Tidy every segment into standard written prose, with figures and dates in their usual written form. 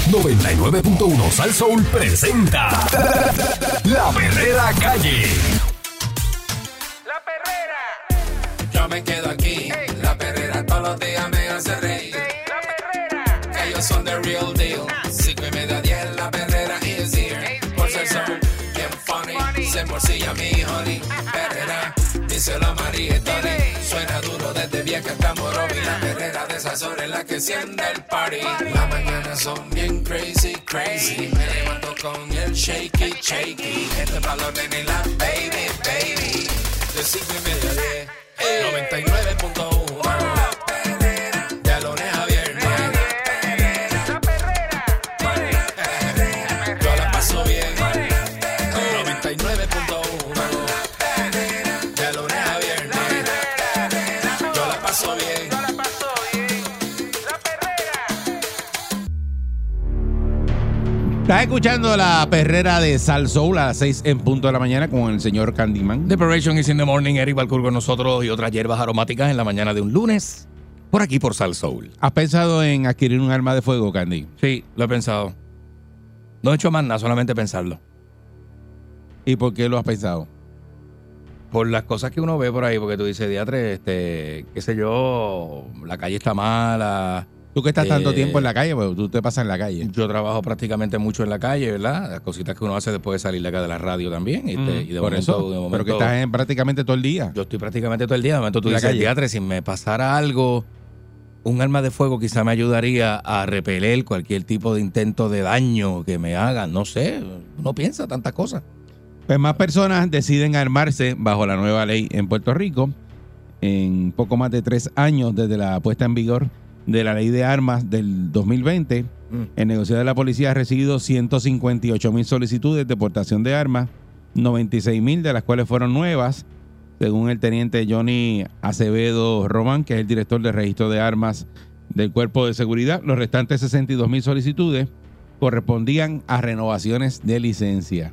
99.1 Sal Soul presenta La Perrera Calle. La Perrera. Yo me quedo aquí, La Perrera todos los días me hace reír. La Perrera. Ellos son the real deal. 5:30, La Perrera is here. Por ser son bien funny, se morcilla mi honey. Perrera, díselo a María y Tony. Suena duro desde vieja hasta Morovi. La Perrera de esas horas en la que enciende el party. Las mañanas son bien crazy, crazy. Me levanto con el shaky, shaky. Este valor de la baby, baby. De 5:30 a 10, 99.1. De lunes a viernes. La Perrera. Yo la paso bien. 99.1. De lunes a viernes. Yo la paso bien. Yo la paso bien. La Perrera. Estás escuchando La Perrera de Sal Soul a las 6 en punto de la mañana con el señor Candyman. Decoration is in the morning. Eric Balcour con nosotros y otras hierbas aromáticas en la mañana de un lunes. Por aquí por Sal Soul. ¿Has pensado en adquirir un arma de fuego, Candy? Sí, lo he pensado. No he hecho más nada, solamente pensarlo. ¿Y por qué lo has pensado? Por las cosas que uno ve por ahí, porque tú dices, diatre, qué sé yo, la calle está mala. Tú que estás tanto tiempo en la calle, pues tú te pasas en la calle. Yo trabajo prácticamente mucho en la calle, ¿verdad? Las cositas que uno hace después de salir de acá de la radio también. Y de Por momento, eso, de momento, pero que estás prácticamente todo el día. yo estoy prácticamente todo el día. De momento tú En la dices, calle. diatre, si me pasara algo, un arma de fuego quizá me ayudaría a repeler cualquier tipo de intento de daño que me hagan. No sé, uno piensa tantas cosas. Pues más personas deciden armarse bajo la nueva ley en Puerto Rico. En poco más de 3 años desde la puesta en vigor de la ley de armas del 2020, el negociado de la policía ha recibido 158,000 solicitudes de portación de armas, 96,000 de las cuales fueron nuevas, según el teniente Johnny Acevedo Román, que es el director del registro de armas del Cuerpo de Seguridad. Los restantes 62,000 solicitudes correspondían a renovaciones de licencia.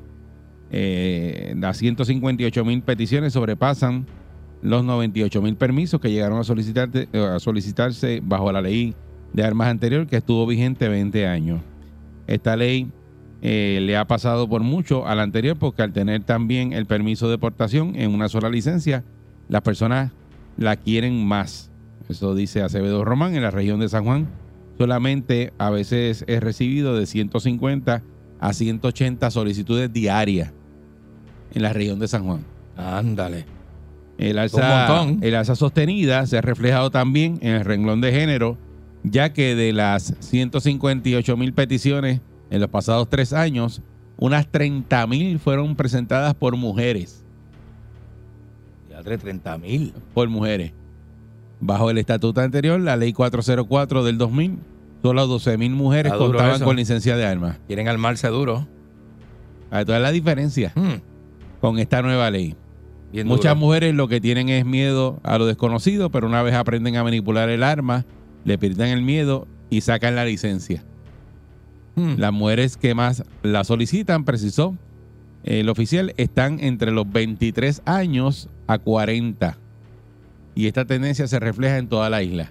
Las 158,000 peticiones sobrepasan los 98,000 permisos que llegaron a solicitarse bajo la ley de armas anterior, que estuvo vigente 20 años. Esta ley le ha pasado por mucho a la anterior, porque al tener también el permiso de portación en una sola licencia, las personas la quieren más. Eso dice Acevedo Román. En la región de San Juan solamente a veces es recibido de 150 a 180 solicitudes diarias en la región de San Juan. Ándale. El Un montón. alza sostenida se ha reflejado también en el renglón de género, ya que de las 158,000 peticiones en los pasados 3 años, unas 30,000 fueron presentadas por mujeres. Diatre, 30,000. Por mujeres. Bajo el estatuto anterior, la ley 404 del 2000, solo 12,000 mujeres Está duro contaban eso. con licencia de armas. Quieren armarse duro. Para toda la diferencia con esta nueva ley. Bien Muchas duro. mujeres lo que tienen es miedo a lo desconocido, pero una vez aprenden a manipular el arma, le pierden el miedo y sacan la licencia. Las mujeres que más la solicitan, precisó el oficial, están entre los 23 años a 40. Y esta tendencia se refleja en toda la isla.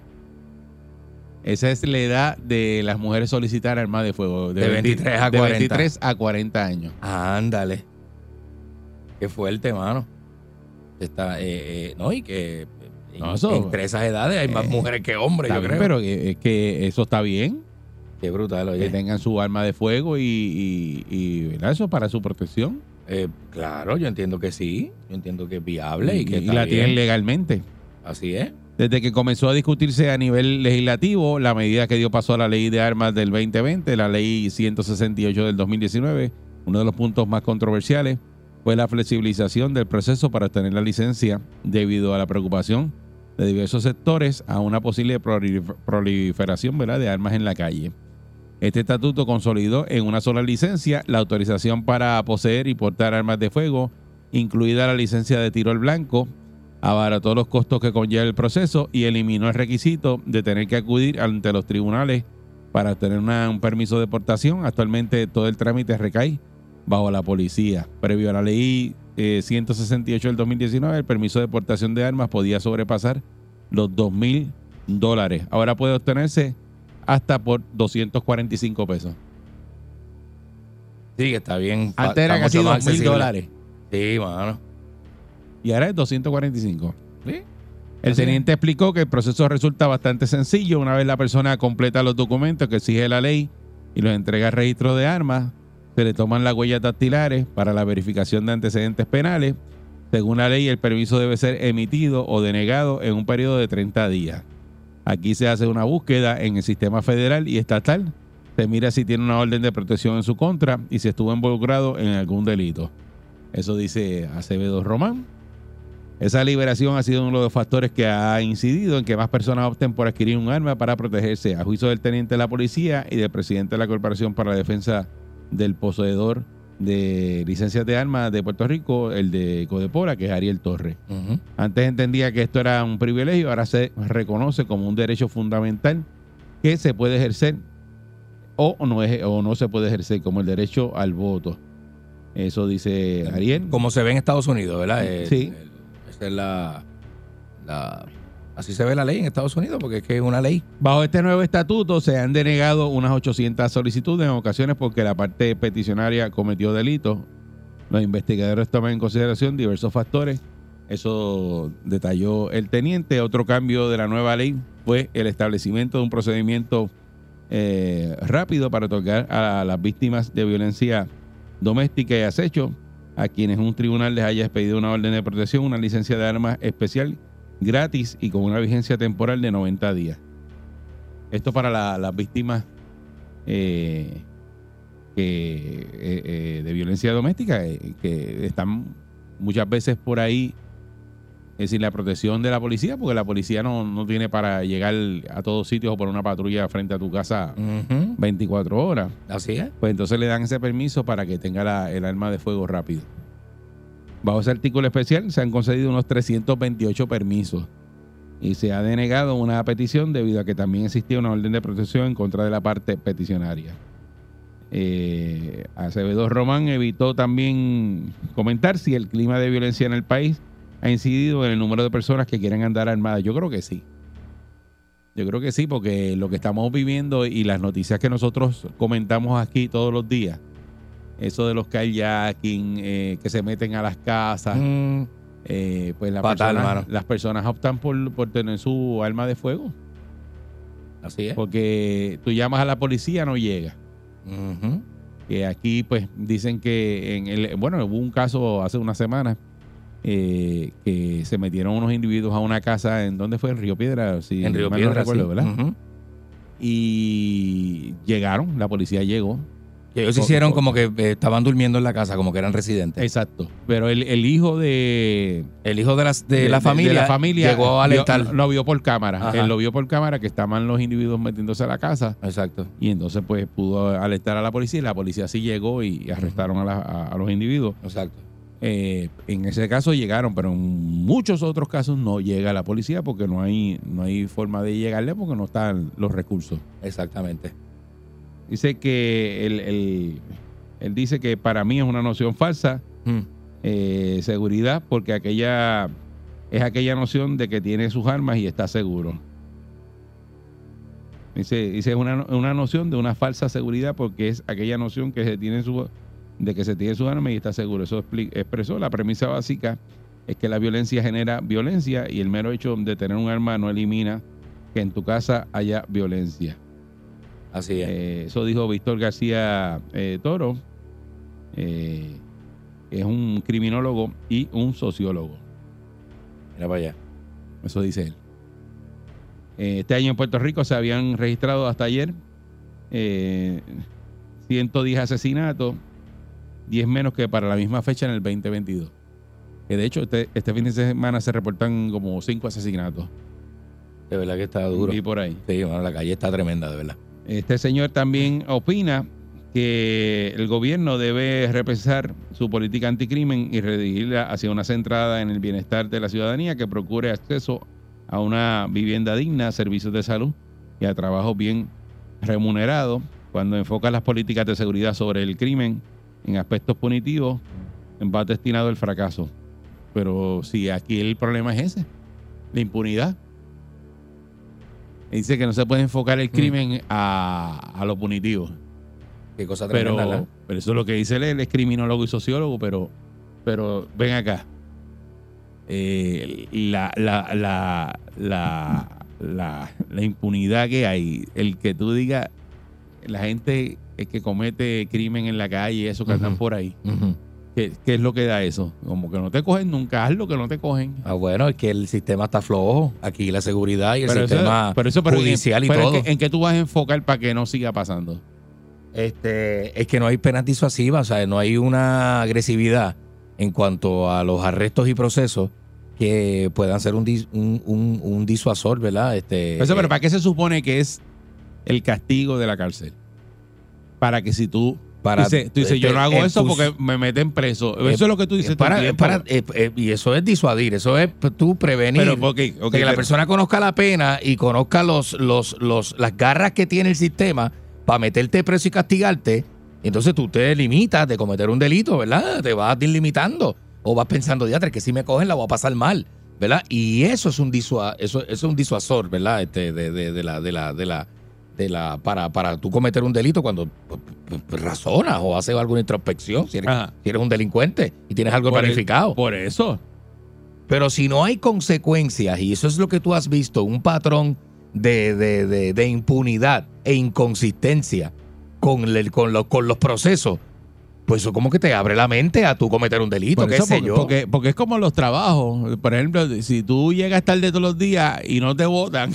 Esa es la edad de las mujeres solicitar armas de fuego. De 23 a 40. De 23 a 40 años. Ándale. Qué fuerte, mano. Está, no, y que No, eso- entre esas edades hay más mujeres que hombres, Está yo bien, creo. pero es que eso está bien. Qué brutal, Que oye. tengan su arma de fuego y ¿verdad? Eso para su protección. Claro, yo entiendo que sí. Yo entiendo que es viable y que está la bien. tienen legalmente. Así es. Desde que comenzó a discutirse a nivel legislativo, la medida que dio paso a la ley de armas del 2020, la ley 168 del 2019, uno de los puntos más controversiales fue la flexibilización del proceso para obtener la licencia debido a la preocupación de diversos sectores a una posible proliferación, ¿verdad?, de armas en la calle. Este estatuto consolidó en una sola licencia la autorización para poseer y portar armas de fuego, incluida la licencia de tiro al blanco, abarató los costos que conlleva el proceso y eliminó el requisito de tener que acudir ante los tribunales para obtener un permiso de portación. Actualmente todo el trámite recae bajo la policía. Previo a la ley 168 del 2019, el permiso de portación de armas podía sobrepasar los $2,000. Ahora puede obtenerse hasta por $245. Sí, que está bien. Antes era está casi mucho más $2,000. accesible. Sí, mano. Y ahora es 245. Sí. El Así teniente explicó que el proceso resulta bastante sencillo. Una vez la persona completa los documentos que exige la ley y los entrega al registro de armas, se le toman las huellas dactilares para la verificación de antecedentes penales. Según la ley, el permiso debe ser emitido o denegado en un periodo de 30 días. Aquí se hace una búsqueda en el sistema federal y estatal. Se mira si tiene una orden de protección en su contra y si estuvo involucrado en algún delito. Eso dice Acevedo Román. Esa liberación ha sido uno de los factores que ha incidido en que más personas opten por adquirir un arma para protegerse, a juicio del teniente de la policía y del presidente de la Corporación para la Defensa del Poseedor de Licencias de Armas de Puerto Rico, el de Codepora, que es Ariel Torres. Ujú. Antes entendía que esto era un privilegio, ahora se reconoce como un derecho fundamental que se puede ejercer o no se puede ejercer, como el derecho al voto. Eso dice Ariel. Como se ve en Estados Unidos, ¿verdad? Sí. Esa es así se ve la ley en Estados Unidos, porque es que es una ley. Bajo este nuevo estatuto se han denegado unas 800 solicitudes en ocasiones porque la parte peticionaria cometió delitos. Los investigadores toman en consideración diversos factores. Eso detalló el teniente. Otro cambio de la nueva ley fue el establecimiento de un procedimiento rápido para otorgar a las víctimas de violencia doméstica y acecho, a quienes un tribunal les haya expedido una orden de protección, una licencia de armas especial gratis y con una vigencia temporal de 90 días. Esto para las víctimas de violencia doméstica que están muchas veces por ahí sin la protección de la policía, porque la policía no tiene para llegar a todos sitios o por una patrulla frente a tu casa Ujú. 24 horas. Así es. Pues entonces le dan ese permiso para que tenga el arma de fuego rápido. Bajo ese artículo especial se han concedido unos 328 permisos y se ha denegado una petición debido a que también existía una orden de protección en contra de la parte peticionaria. Acevedo Román evitó también comentar si el clima de violencia en el país ha incidido en el número de personas que quieren andar armadas. Yo creo que sí. Yo creo que sí, porque lo que estamos viviendo y las noticias que nosotros comentamos aquí todos los días, eso de los kayaking, que se meten a las casas, pues Fatal, mano. las personas optan por tener su arma de fuego. Así es. Porque tú llamas a la policía, no llega. Ujú. Que aquí pues dicen que hubo un caso hace unas semanas que se metieron unos individuos a una casa en donde fue en Río Piedra, si En Río mal no Piedra, recuerdo, sí. ¿verdad? Ujú. Y llegaron, la policía llegó. Que ellos hicieron como que estaban durmiendo en la casa, como que eran residentes. Exacto. Pero el hijo de El hijo de la familia llegó a alertar. lo vio por cámara. Ajá. Él lo vio por cámara que estaban los individuos metiéndose a la casa. Exacto. Y entonces pues pudo alertar a la policía y la policía sí llegó y arrestaron a los individuos. Exacto. En ese caso llegaron, pero en muchos otros casos no llega la policía porque no hay forma de llegarle porque no están los recursos. Exactamente. Dice que él dice que para mí es una noción falsa, seguridad, porque aquella noción de que tiene sus armas y está seguro. Dice es una noción de una falsa seguridad porque es aquella noción que se tiene de que se tiene sus armas y está seguro. Eso expresó. La premisa básica es que la violencia genera violencia y el mero hecho de tener un arma no elimina que en tu casa haya violencia. Así es. Eso dijo Víctor García Toro, que es un criminólogo y un sociólogo. Mira para allá. Eso dice él. Este año en Puerto Rico se habían registrado hasta ayer 110 asesinatos, 10 menos que para la misma fecha en el 2022. Que de hecho este fin de semana se reportan como 5 asesinatos. De verdad que está duro. Y por ahí. Sí, bueno, la calle está tremenda, de verdad. Este señor también opina que el gobierno debe repensar su política anticrimen y redirigirla hacia una centrada en el bienestar de la ciudadanía que procure acceso a una vivienda digna, servicios de salud y a trabajo bien remunerado. Cuando enfoca las políticas de seguridad sobre el crimen en aspectos punitivos, va destinado al fracaso. Pero si aquí el problema es ese, la impunidad. Dice que no se puede enfocar el crimen a lo punitivo. Qué cosa tremenda, ¿verdad? Pero eso es lo que dice él es criminólogo y sociólogo, pero ven acá. La impunidad que hay, el que tú digas, la gente que comete crimen en la calle, eso que andan por ahí, ¿qué es lo que da eso? Como que no te cogen nunca, haz lo que no te cogen. Ah, bueno, es que el sistema está flojo. Aquí la seguridad y el Pero sistema judicial y pero todo. ¿En qué tú vas a enfocar para que no siga pasando? Es que no hay penas disuasivas, o sea, no hay una agresividad en cuanto a los arrestos y procesos que puedan ser un disuasor, ¿verdad? Pero ¿para qué se supone que es el castigo de la cárcel? Para que si tú dices, yo no hago eso porque me meten preso. Eso es lo que tú dices. Y eso es disuadir, eso es tú prevenir. Pero, que la persona conozca la pena y conozca las garras que tiene el sistema para meterte preso y castigarte. Entonces tú te limitas de cometer un delito, ¿verdad? Te vas limitando. O vas pensando, diatre, que si me cogen la voy a pasar mal, ¿verdad? Y eso es un disuasor, ¿verdad? Para tú cometer un delito cuando razonas o haces alguna introspección, si eres un delincuente y tienes algo planificado. Por eso. Pero si no hay consecuencias, y eso es lo que tú has visto, un patrón de impunidad e inconsistencia con los procesos, pues eso como que te abre la mente a tú cometer un delito, qué sé yo. Porque es como los trabajos. Por ejemplo, si tú llegas tarde todos los días y no te votan,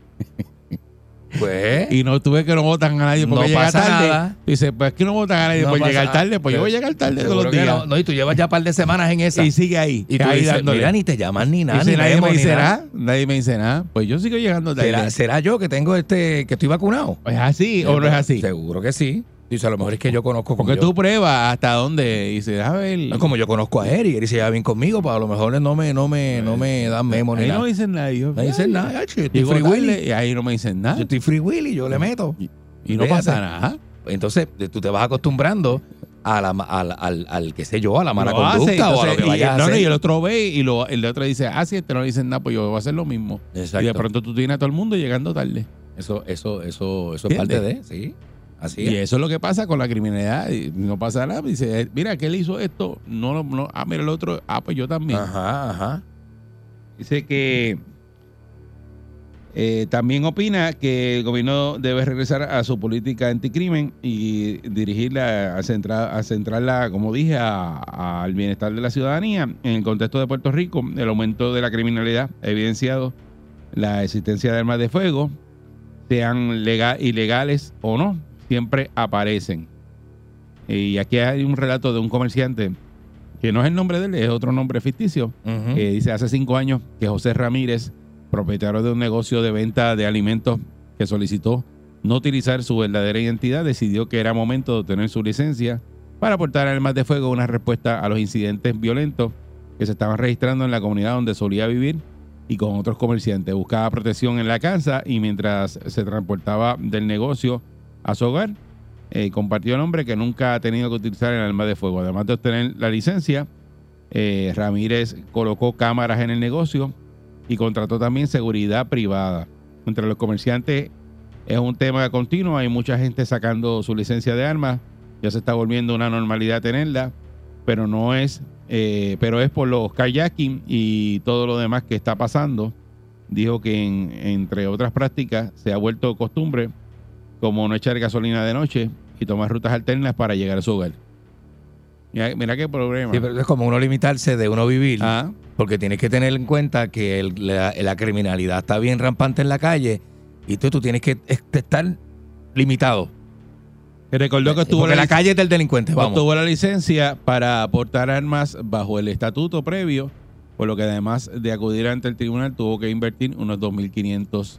pues, y no tuve que no votan a nadie porque no llega pasa tarde. nada. Dice, pues es que no votan a nadie por llegar tarde, pues yo voy a llegar tarde todos los días. No, y tú llevas ya un par de semanas en esa. Y sigue ahí. Y tú dices, mira, ni te llaman ni nada. Dice, nadie me dice nada. Pues yo sigo llegando tarde. ¿Será yo que tengo que estoy vacunado? ¿Es así o no es así? Seguro que sí. Dice, a lo mejor es que yo conozco porque tú pruebas hasta dónde. Dice, a ver. No, como yo conozco a Eri, Eri se lleva bien conmigo, pues a lo mejor no me dan memo ni nada. Ahí nada. no dicen nada. No dicen nada. Yo estoy free willy. Y ahí no me dicen nada. Yo estoy free willy, yo le meto. Y no pasa nada. Entonces, tú te vas acostumbrando al qué sé yo, a la mala conducta. Entonces, o a lo que vayas a hacer. Y el otro ve y el otro dice, si este no dicen nada, pues yo voy a hacer lo mismo. Exacto. Y de pronto tú tienes a todo el mundo llegando tarde. Eso es parte de, sí. Así y eso es lo que pasa con la criminalidad. Y no pasa nada. Dice, mira, que él hizo esto. No. Mira el otro. Pues yo también. Ajá. Dice que también opina que el gobierno debe regresar a su política anticrimen y dirigirla, a centrarla, como dije, al bienestar de la ciudadanía. En el contexto de Puerto Rico, el aumento de la criminalidad ha evidenciado la existencia de armas de fuego, sean ilegales o no, siempre aparecen. Y aquí hay un relato de un comerciante, que no es el nombre de él, es otro nombre ficticio. Dice, hace 5 años que José Ramírez, propietario de un negocio de venta de alimentos que solicitó no utilizar su verdadera identidad, decidió que era momento de obtener su licencia para portar armas de fuego, una respuesta a los incidentes violentos que se estaban registrando en la comunidad donde solía vivir y con otros comerciantes. Buscaba protección en la casa y mientras se transportaba del negocio a su hogar, compartió el hombre que nunca ha tenido que utilizar el arma de fuego. Además de obtener la licencia, Ramírez colocó cámaras en el negocio y contrató también seguridad privada. Entre los comerciantes es un tema continuo, hay mucha gente sacando su licencia de armas, ya se está volviendo una normalidad tenerla, pero no es, pero es por los kayaking y todo lo demás que está pasando. Dijo que entre otras prácticas se ha vuelto costumbre como no echar gasolina de noche y tomar rutas alternas para llegar a su hogar. Mira qué problema. Sí, pero es como uno limitarse de uno vivir, porque tienes que tener en cuenta que la criminalidad está bien rampante en la calle y tú tienes que estar limitado. Recordó que estuvo porque la calle es del delincuente. Obtuvo la licencia para portar armas bajo el estatuto previo, por lo que además de acudir ante el tribunal tuvo que invertir unos $2,500.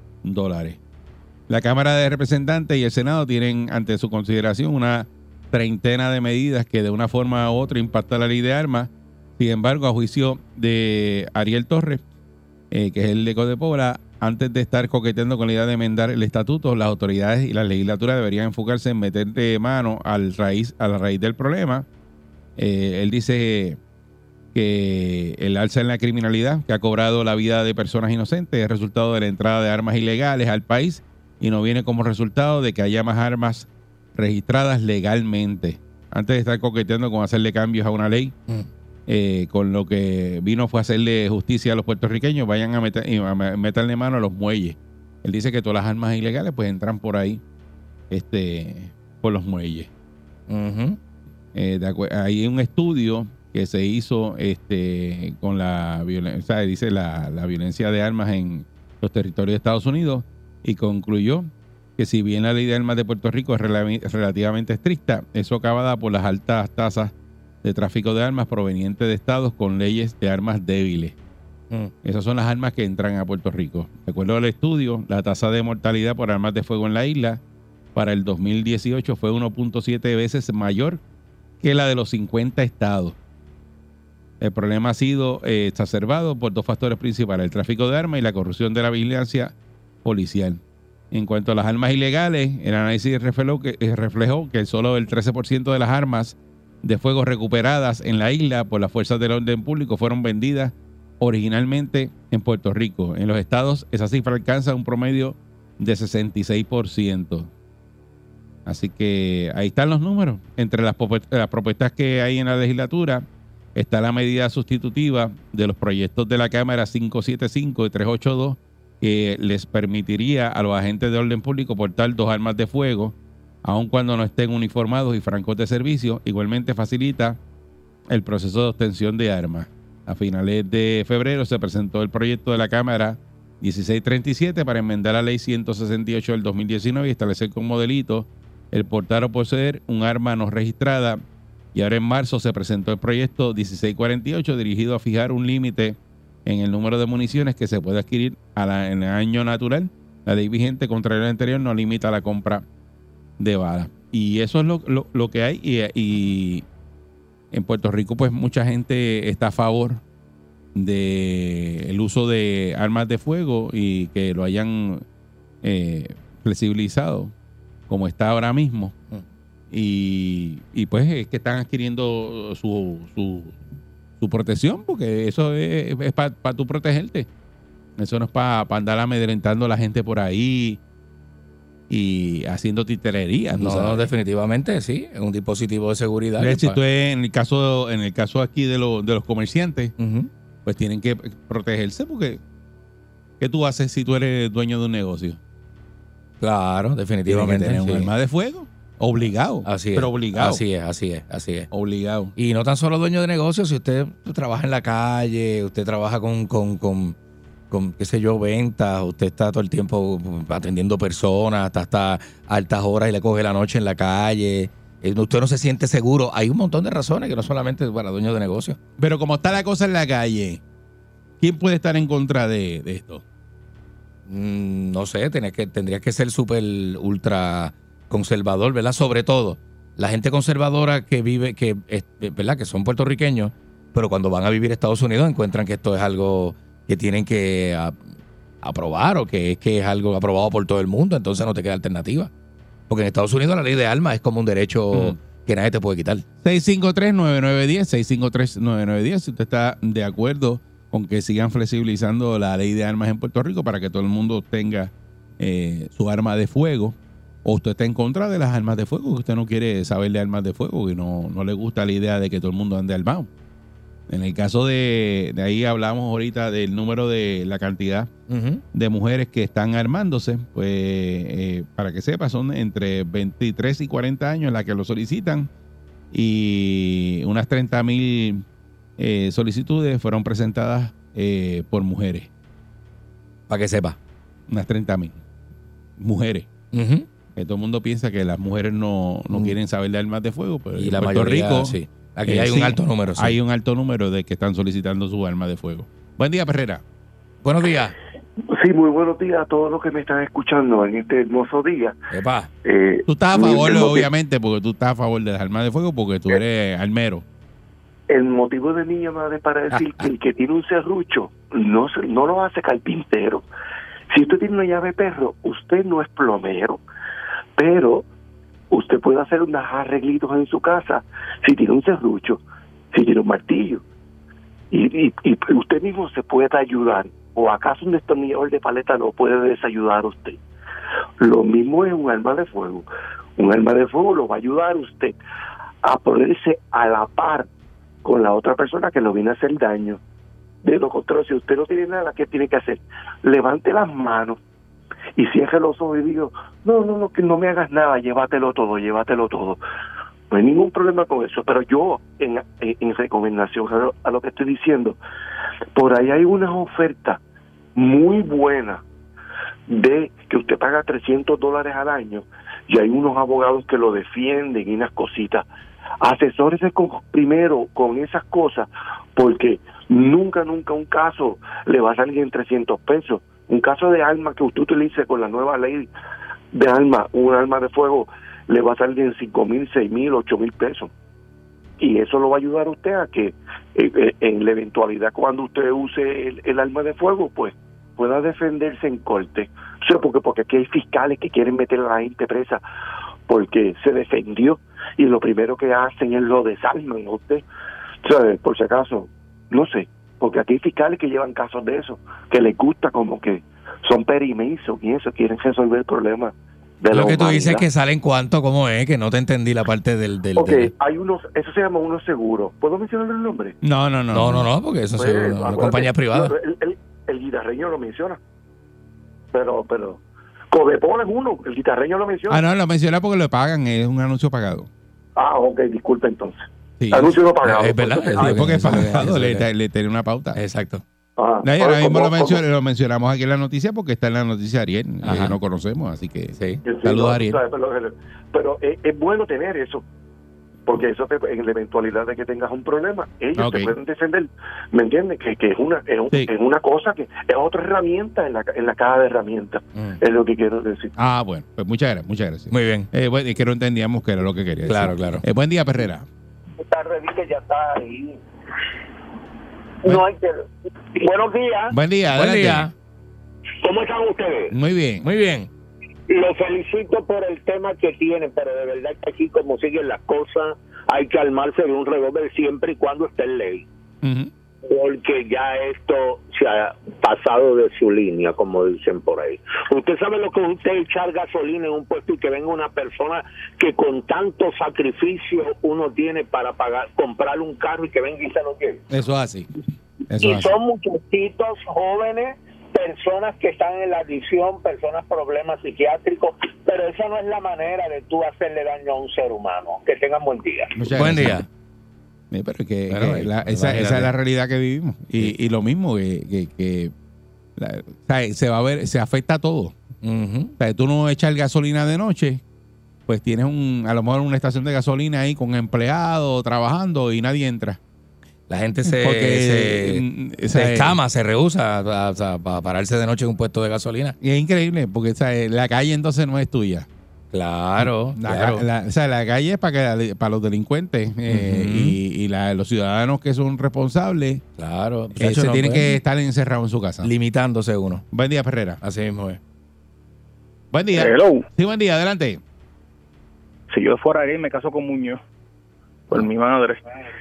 La Cámara de Representantes y el Senado tienen ante su consideración una treintena de medidas que de una forma u otra impactan la ley de armas. Sin embargo, a juicio de Ariel Torres, que es el de Codepobra, antes de estar coqueteando con la idea de enmendar el estatuto, las autoridades y la legislatura deberían enfocarse en meterle mano a la raíz del problema. Él dice que el alza en la criminalidad que ha cobrado la vida de personas inocentes es resultado de la entrada de armas ilegales al país y no viene como resultado de que haya más armas registradas legalmente. Antes de estar coqueteando con hacerle cambios a una ley, con lo que vino fue hacerle justicia a los puertorriqueños, vayan a meterle mano a los muelles. Él dice que todas las armas ilegales pues entran por ahí, por los muelles. Ujú. Hay un estudio que se hizo con la violencia, o sea, dice la violencia de armas en los territorios de Estados Unidos, y concluyó que si bien la ley de armas de Puerto Rico es relativamente estricta, es socavada por las altas tasas de tráfico de armas provenientes de estados con leyes de armas débiles. Esas son las armas que entran a Puerto Rico. De acuerdo al estudio, la tasa de mortalidad por armas de fuego en la isla para el 2018 fue 1.7 veces mayor que la de los 50 estados. El problema ha sido exacerbado por dos factores principales: el tráfico de armas y la corrupción de la vigilancia policial. En cuanto a las armas ilegales, el análisis reflejó que solo el 13% de las armas de fuego recuperadas en la isla por las fuerzas del orden público fueron vendidas originalmente en Puerto Rico. En los estados, esa cifra alcanza un promedio de 66%. Así que ahí están los números. Entre las propuestas que hay en la legislatura está la medida sustitutiva de los proyectos de la Cámara 575 y 382, que les permitiría a los agentes de orden público portar dos armas de fuego, aun cuando no estén uniformados y francos de servicio. Igualmente facilita el proceso de obtención de armas. A finales de febrero se presentó el proyecto de la Cámara 1637 para enmendar la Ley 168 del 2019 y establecer como delito el portar o poseer un arma no registrada. Y ahora en marzo se presentó el proyecto 1648 dirigido a fijar un límite en el número de municiones que se puede adquirir en el año natural. La ley vigente, contrario a la anterior, no limita la compra de balas. Y eso es lo que hay. Y en Puerto Rico, pues mucha gente está a favor del uso de armas de fuego y que lo hayan flexibilizado como está ahora mismo. Y pues es que están adquiriendo su protección, porque eso es para tú protegerte. Eso no es para andar amedrentando a la gente por ahí y haciendo titerería. No, definitivamente sí, es un dispositivo de seguridad. Si tú en el caso aquí de los comerciantes, pues tienen que protegerse, porque ¿qué tú haces si tú eres dueño de un negocio? Claro, definitivamente. Tienes que tener un arma de fuego. Obligado. Así es. Pero obligado. Así es. Obligado. Y no tan solo dueño de negocio, si usted trabaja en la calle, usted trabaja con qué sé yo, ventas, usted está todo el tiempo atendiendo personas hasta altas horas y le coge la noche en la calle, usted no se siente seguro. Hay un montón de razones que no solamente para dueños de negocio. Pero como está la cosa en la calle, ¿quién puede estar en contra de esto? No sé, tendría que ser súper ultra conservador, ¿verdad? Sobre todo la gente conservadora que vive, ¿verdad? Que son puertorriqueños, pero cuando van a vivir a Estados Unidos encuentran que esto es algo que tienen que aprobar, o que es algo aprobado por todo el mundo, entonces no te queda alternativa. Porque en Estados Unidos la ley de armas es como un derecho que nadie te puede quitar. 653-9910, 653-9910, si usted está de acuerdo con que sigan flexibilizando la ley de armas en Puerto Rico para que todo el mundo tenga su arma de fuego, o usted está en contra de las armas de fuego, que usted no quiere saber de armas de fuego, que no le gusta la idea de que todo el mundo ande armado. En el caso de ahí hablamos ahorita del número de la cantidad de mujeres que están armándose, pues para que sepa, son entre 23 y 40 años las que lo solicitan, y unas 30,000 solicitudes fueron presentadas por mujeres. Para que sepa. Unas 30,000 mujeres. Que todo el mundo piensa que las mujeres no quieren saber de armas de fuego, pero y en la Puerto mayoría, Rico sí. Aquí hay un alto número. Sí. Hay un alto número de que están solicitando su arma de fuego. Buen día, Perrera. Buenos días. Sí, muy buenos días a todos los que me están escuchando en este hermoso día. Epa. Tú estás a favor, obviamente, porque tú estás a favor de las armas de fuego, porque tú eres armero. El motivo de mi llamada es para decir que el que tiene un serrucho no lo hace carpintero. Si usted tiene una llave de perro, usted no es plomero, pero usted puede hacer unos arreglitos en su casa si tiene un serrucho, si tiene un martillo. Y usted mismo se puede ayudar. ¿O acaso un destornillador de paleta no puede desayudar a usted? Lo mismo es un arma de fuego. Un arma de fuego lo va a ayudar a usted a ponerse a la par con la otra persona que lo viene a hacer daño. De lo contrario, si usted no tiene nada, ¿qué tiene que hacer? Levante las manos y cierre los ojos y diga, no, que no me hagas nada, llévatelo todo. No hay ningún problema con eso, pero yo, en recomendación a lo que estoy diciendo, por ahí hay unas ofertas muy buenas de que usted paga $300 al año y hay unos abogados que lo defienden y unas cositas. Asesórese primero con esas cosas, porque nunca un caso le va a salir en $300. Un caso de arma que usted utilice con la nueva ley de arma, un arma de fuego, le va a salir en $5,000, $6,000, $8,000. Y eso lo va a ayudar a usted a que en la eventualidad cuando usted use el arma de fuego, pues pueda defenderse en corte. O sea, porque aquí hay fiscales que quieren meter a la gente presa porque se defendió y lo primero que hacen es lo desarman a usted. O sea, por si acaso, no sé, porque aquí hay fiscales que llevan casos de eso, que les gusta como que son perimensos y eso, quieren resolver el problema de lo la que tú dices humanidad. es que salen cuánto, ¿cómo es? Que no te entendí la parte del... Ok, hay unos, eso se llama unos seguros. ¿Puedo mencionar el nombre? No, porque eso Pues, es una acuérdate, compañía privada. El guitarreño lo menciona. Pero Codepol es uno, el guitarreño lo menciona. Ah, no, lo menciona porque lo pagan, es un anuncio pagado. Ah, ok, disculpe entonces. Sí. Anuncio no pagado. Es verdad. Entonces, Sí, porque es Eso es- pagado, eso es- le tiene una pauta. Exacto. No, y ahora mismo ¿cómo? lo mencionamos aquí en la noticia porque está en la noticia Ariel, Ajá. no conocemos, así que Sí. Sí, saludos no, Ariel. ¿sabes? Pero es bueno tener eso, porque eso en la eventualidad de que tengas un problema, ellos Ok. te pueden defender, ¿me entiendes? Que es Sí. es una cosa que es otra herramienta en la caja de herramientas, es lo que quiero decir. Ah, bueno, pues muchas gracias. Muy bien. Bueno, es que no entendíamos que era lo que quería decir. Claro, claro. Buen día, Perrera. Esta revista ya está ahí. No hay que... Buenos días. Buen día, Buen adelante. día. ¿Cómo están ustedes? Muy bien. Muy bien. Los felicito por el tema que tienen, pero de verdad que aquí como siguen las cosas, hay que armarse de un revólver siempre y cuando esté en ley. Ujú. Porque ya esto se ha pasado de su línea, como dicen por ahí. Usted sabe lo que es usted echar gasolina en un puesto y que venga una persona que con tanto sacrificio uno tiene para comprar un carro y que venga y se lo lleve. Eso es así. Eso Y es así. son muchachitos jóvenes, personas que están en la adicción, personas problemas psiquiátricos, pero esa no es la manera de tú hacerle daño a un ser humano. Que tengan buen día. Muchas Buen gracias. día. Pero es que Bueno, esa imagínate. es la realidad que vivimos. Y lo mismo, que o sea, se va a ver, se afecta a todo. Ujú. O sea, tú no echas gasolina de noche, pues tienes a lo mejor una estación de gasolina ahí con empleados trabajando y nadie entra. La gente Porque, se escama, se rehúsa a pararse de noche en un puesto de gasolina. Y es increíble, porque o sea, la calle entonces no es tuya. Claro, La, claro. o sea, la calle es para los delincuentes y los ciudadanos que son responsables Claro. se Muchacho, no tienen puede. que estar encerrados en su casa. Limitándose uno. Buen día, Ferrera. Así mismo es. Buen día. Hello. Sí, buen día, adelante. Si yo fuera gay, me caso con Muñoz, por mi madre.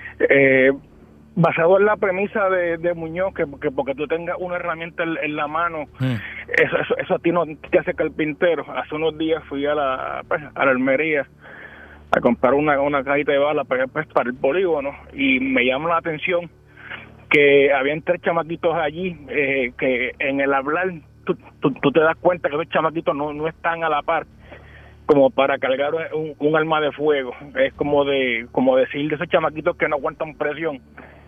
Basado en la premisa de Muñoz, que porque tú tengas una herramienta en la mano, eso a ti no te hace carpintero. Hace unos días fui a la Almería a comprar una cajita de balas para el polígono y me llama la atención que habían 3 chamaquitos allí que en el hablar tú te das cuenta que esos chamaquitos no están a la par como para cargar un arma de fuego. Es como decir de esos chamaquitos que no aguantan presión.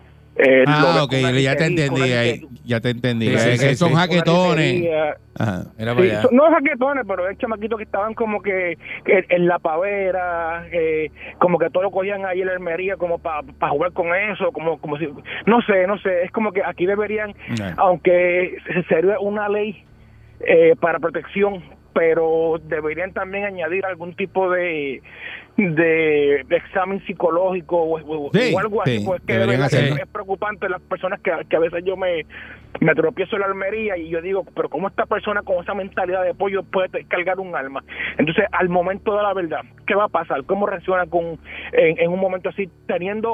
Ok, ya te entendí. Ya te entendí. Sí, que sí, son sí. jaquetones. Ajá. Mira Sí, para allá. no jaquetones, pero hay chamaquitos que estaban como que en la pavera, como que todo lo cogían ahí en la Almería como para jugar con eso, como si, no sé, es como que aquí deberían, aunque sería una ley para protección, pero deberían también añadir algún tipo de examen psicológico o Sí, algo así, sí, pues que deberían de verdad hacerlo. es preocupante las personas que a veces yo me tropiezo en la Almería y yo digo, pero ¿cómo esta persona con esa mentalidad de pollo puede cargar un arma? Entonces, al momento de la verdad, ¿qué va a pasar? ¿Cómo reacciona en un momento así, teniendo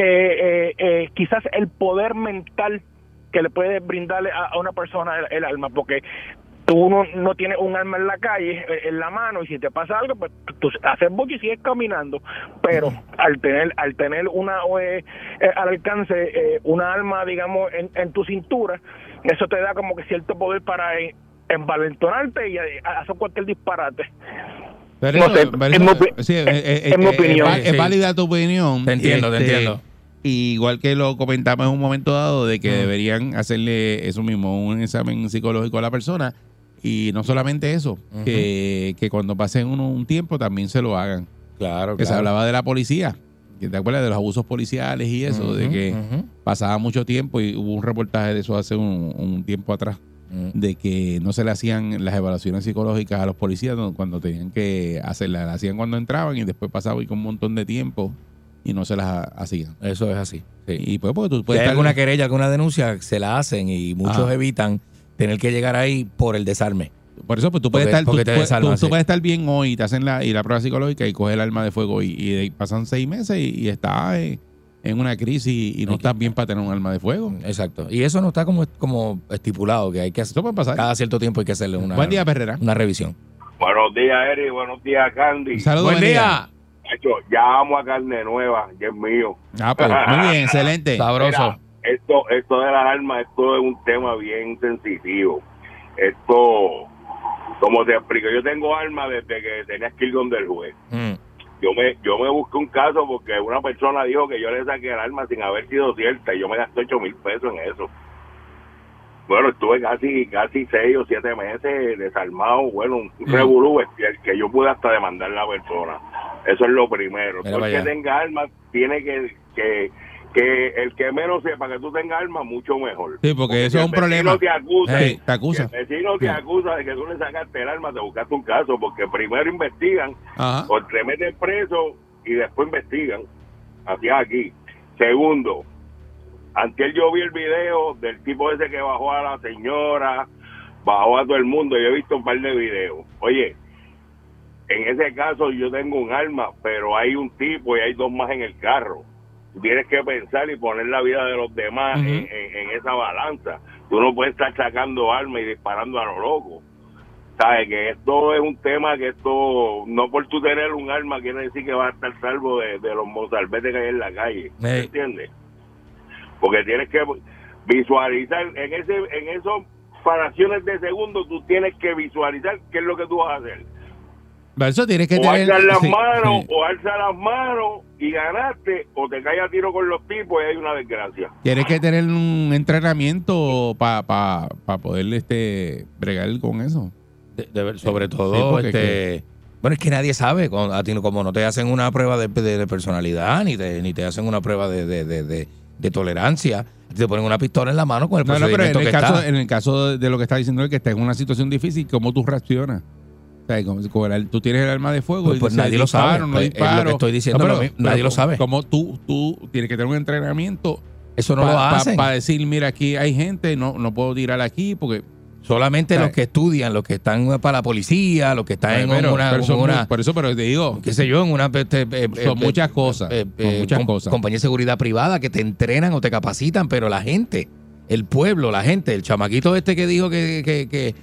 quizás el poder mental que le puede brindarle a una persona el arma? Porque tú no tienes un arma en la calle, en la mano, y si te pasa algo, pues tú haces boche y sigues caminando. Pero al tener una al alcance una arma, digamos, en tu cintura, eso te da como que cierto poder para envalentonarte y hacer cualquier disparate. Pero No eso- sé, pero en eso- mi sí, en mi opinión. Es válida tu opinión. Te entiendo, te entiendo. Igual que lo comentamos en un momento dado de que deberían hacerle eso mismo, un examen psicológico a la persona. Y no solamente eso, que cuando pasen un tiempo también se lo hagan. Claro, Que se hablaba de la policía, que te acuerdas de los abusos policiales y eso, de que pasaba mucho tiempo y hubo un reportaje de eso hace un tiempo atrás, de que no se le hacían las evaluaciones psicológicas a los policías cuando tenían que hacerlas, las hacían cuando entraban y después pasaba y con un montón de tiempo y no se las hacían. Eso es así. Sí. Y pues porque tú Si puedes hay estar... alguna querella, alguna denuncia, se la hacen y muchos Ajá. evitan tener que llegar ahí por el desarme. Por eso, pues tú puedes Porque- estar, porque te desarman, tú sí. puedes estar bien hoy, te hacen la prueba psicológica y coges el arma de fuego y pasan 6 meses y estás en una crisis y no estás bien para tener un arma de fuego. Exacto. Y eso no está como estipulado, que hay que hacer. Eso puede pasar. Cada cierto tiempo hay que hacerle Buen día, Perrera. una revisión. Buenos días, Eri. Buenos días, Candy. Saludos. Buen día. Macho, ya vamos a carne nueva, ya es mío. Ah, pues muy bien, excelente. Sabroso. Mira, esto de las armas, esto es un tema bien sensitivo. Esto, como te explico, yo tengo armas desde que tenías que ir donde el juez. Mm. Yo me busqué un caso porque una persona dijo que yo le saqué el arma sin haber sido cierta y yo me gasté 8,000 pesos en eso. Bueno, estuve casi 6 o 7 meses desarmado, bueno, un revolú bestial que yo pude hasta demandar a la persona. Eso es lo primero. Mira Todo para el que allá. tenga armas tiene que el que menos sepa que tú tengas armas, mucho mejor. Sí, porque eso si es un el vecino problema. te acusa, Sí, te acusa. si el vecino te Sí. acusa de que tú le sacaste el arma, te buscaste un caso, porque primero investigan, Ajá. o te meten preso y después investigan. Así es aquí. Segundo, antes yo vi el video del tipo ese que bajó a la señora, bajó a todo el mundo, yo he visto un par de videos. Oye, en ese caso yo tengo un arma, pero hay un tipo y hay 2 más en el carro. Tienes que pensar y poner la vida de los demás en esa balanza. Tú no puedes estar sacando armas y disparando a lo loco. Sabes que esto es un tema que esto, no por tú tener un arma quiere decir que vas a estar salvo de los mozalbetes que hay en la calle. ¿Me entiendes? Porque tienes que visualizar en esos fracciones de segundo, tú tienes que visualizar qué es lo que tú vas a hacer. Para eso tienes que O tener... alzar las sí, manos, sí. o alza las manos y ganaste, o te caes a tiro con los tipos y hay una desgracia. Tienes que tener un entrenamiento para poder bregar con eso. Sobre Sí, todo, porque bueno, es que nadie sabe, a ti como no te hacen una prueba de personalidad, ni te hacen una prueba de tolerancia, te ponen una pistola en la mano con el No, pero procedimiento que está. en el caso de lo que está diciendo él, que está en una situación difícil, ¿cómo tú reaccionas? O sea, tú tienes el arma de fuego Pues, y pues dices, nadie lo sabe. disparo, no Pues, es lo disparo. que estoy diciendo, pero- lo mismo, pero nadie lo sabe. Como tú tienes que tener un entrenamiento Eso no lo hacen. para decir, mira, aquí hay gente, no puedo tirar aquí porque... Solamente ¿sabes? los que estudian, los que están para la policía, los que están en Pero son una muy- por eso, pero te digo, qué sé yo, en una son muchas cosas. Son muchas cosas. compañía de seguridad privada que te entrenan o te capacitan, pero la gente, el pueblo, la gente, el chamaquito este que dijo que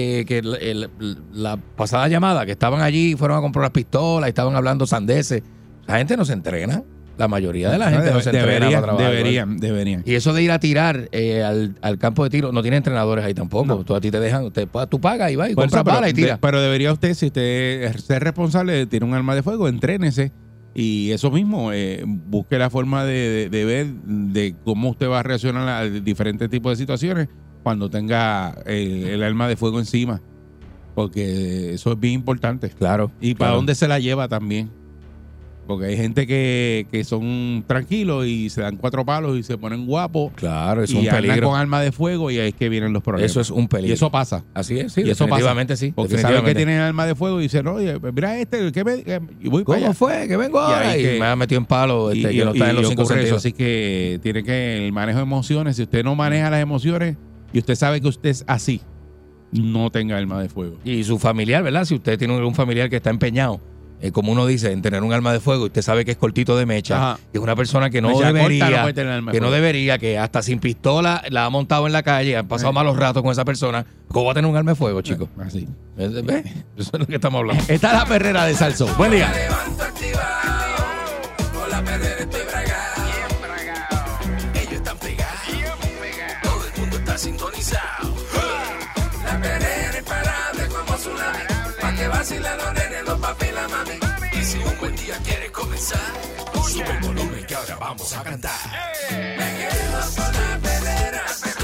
la pasada llamada, que estaban allí, fueron a comprar las pistolas y estaban hablando sandeces, la gente no se entrena. La mayoría de la gente no se entrena para trabajar. Deberían. Y eso de ir a tirar al campo de tiro, no tiene entrenadores ahí tampoco. No. Tú a ti te dejan, tú pagas y vas y Por eso, compras balas y tiras. pero debería usted, si usted es ser responsable, tiene un arma de fuego, entrénese. Y eso mismo, busque la forma de ver de cómo usted va a reaccionar a diferentes tipos de situaciones cuando tenga el arma de fuego encima. Porque eso es bien importante. Claro. Y para claro. dónde se la lleva también. Porque hay gente que son tranquilos y se dan 4 palos y se ponen guapos. Claro, es y un andan peligro. con arma de fuego y ahí es que vienen los problemas. Eso es un peligro. Y eso pasa. Así es, sí, Y eso definitivamente pasa. sí. Porque saben que definitivamente. tienen arma de fuego y dicen, oye, mira y voy para ¿Cómo allá. fue? Que vengo ahora. ahí Y, que- me ha metido en palo que no está en los 5 ocurre eso. sentidos. Así que tiene que el manejo de emociones, si usted no maneja las emociones y usted sabe que usted es así, no tenga arma de fuego. Y su familiar, ¿verdad? Si usted tiene un familiar que está empeñado como uno dice, en tener un arma de fuego, usted sabe que es cortito de mecha, Ajá. que es una persona que no Mecha debería, corta, no puede tener arma de que no fuego. debería, que hasta sin pistola la ha montado en la calle, han pasado malos ratos con esa persona, ¿cómo va a tener un arma de fuego, chicos? Así. ¿Ves? Eso es lo que estamos hablando. Esta es la perrera de Salsón. Buen día. Me levanto activado, con la perrera estoy bragado. Ellos están pegados, todo el mundo está sintonizado. La perrera imparable como tsunami, pa' que vacilan los nenes, los papi y la mami. Y si un buen día quieres comenzar, sube el volumen que ahora vamos a cantar. Me quedo con la perrera.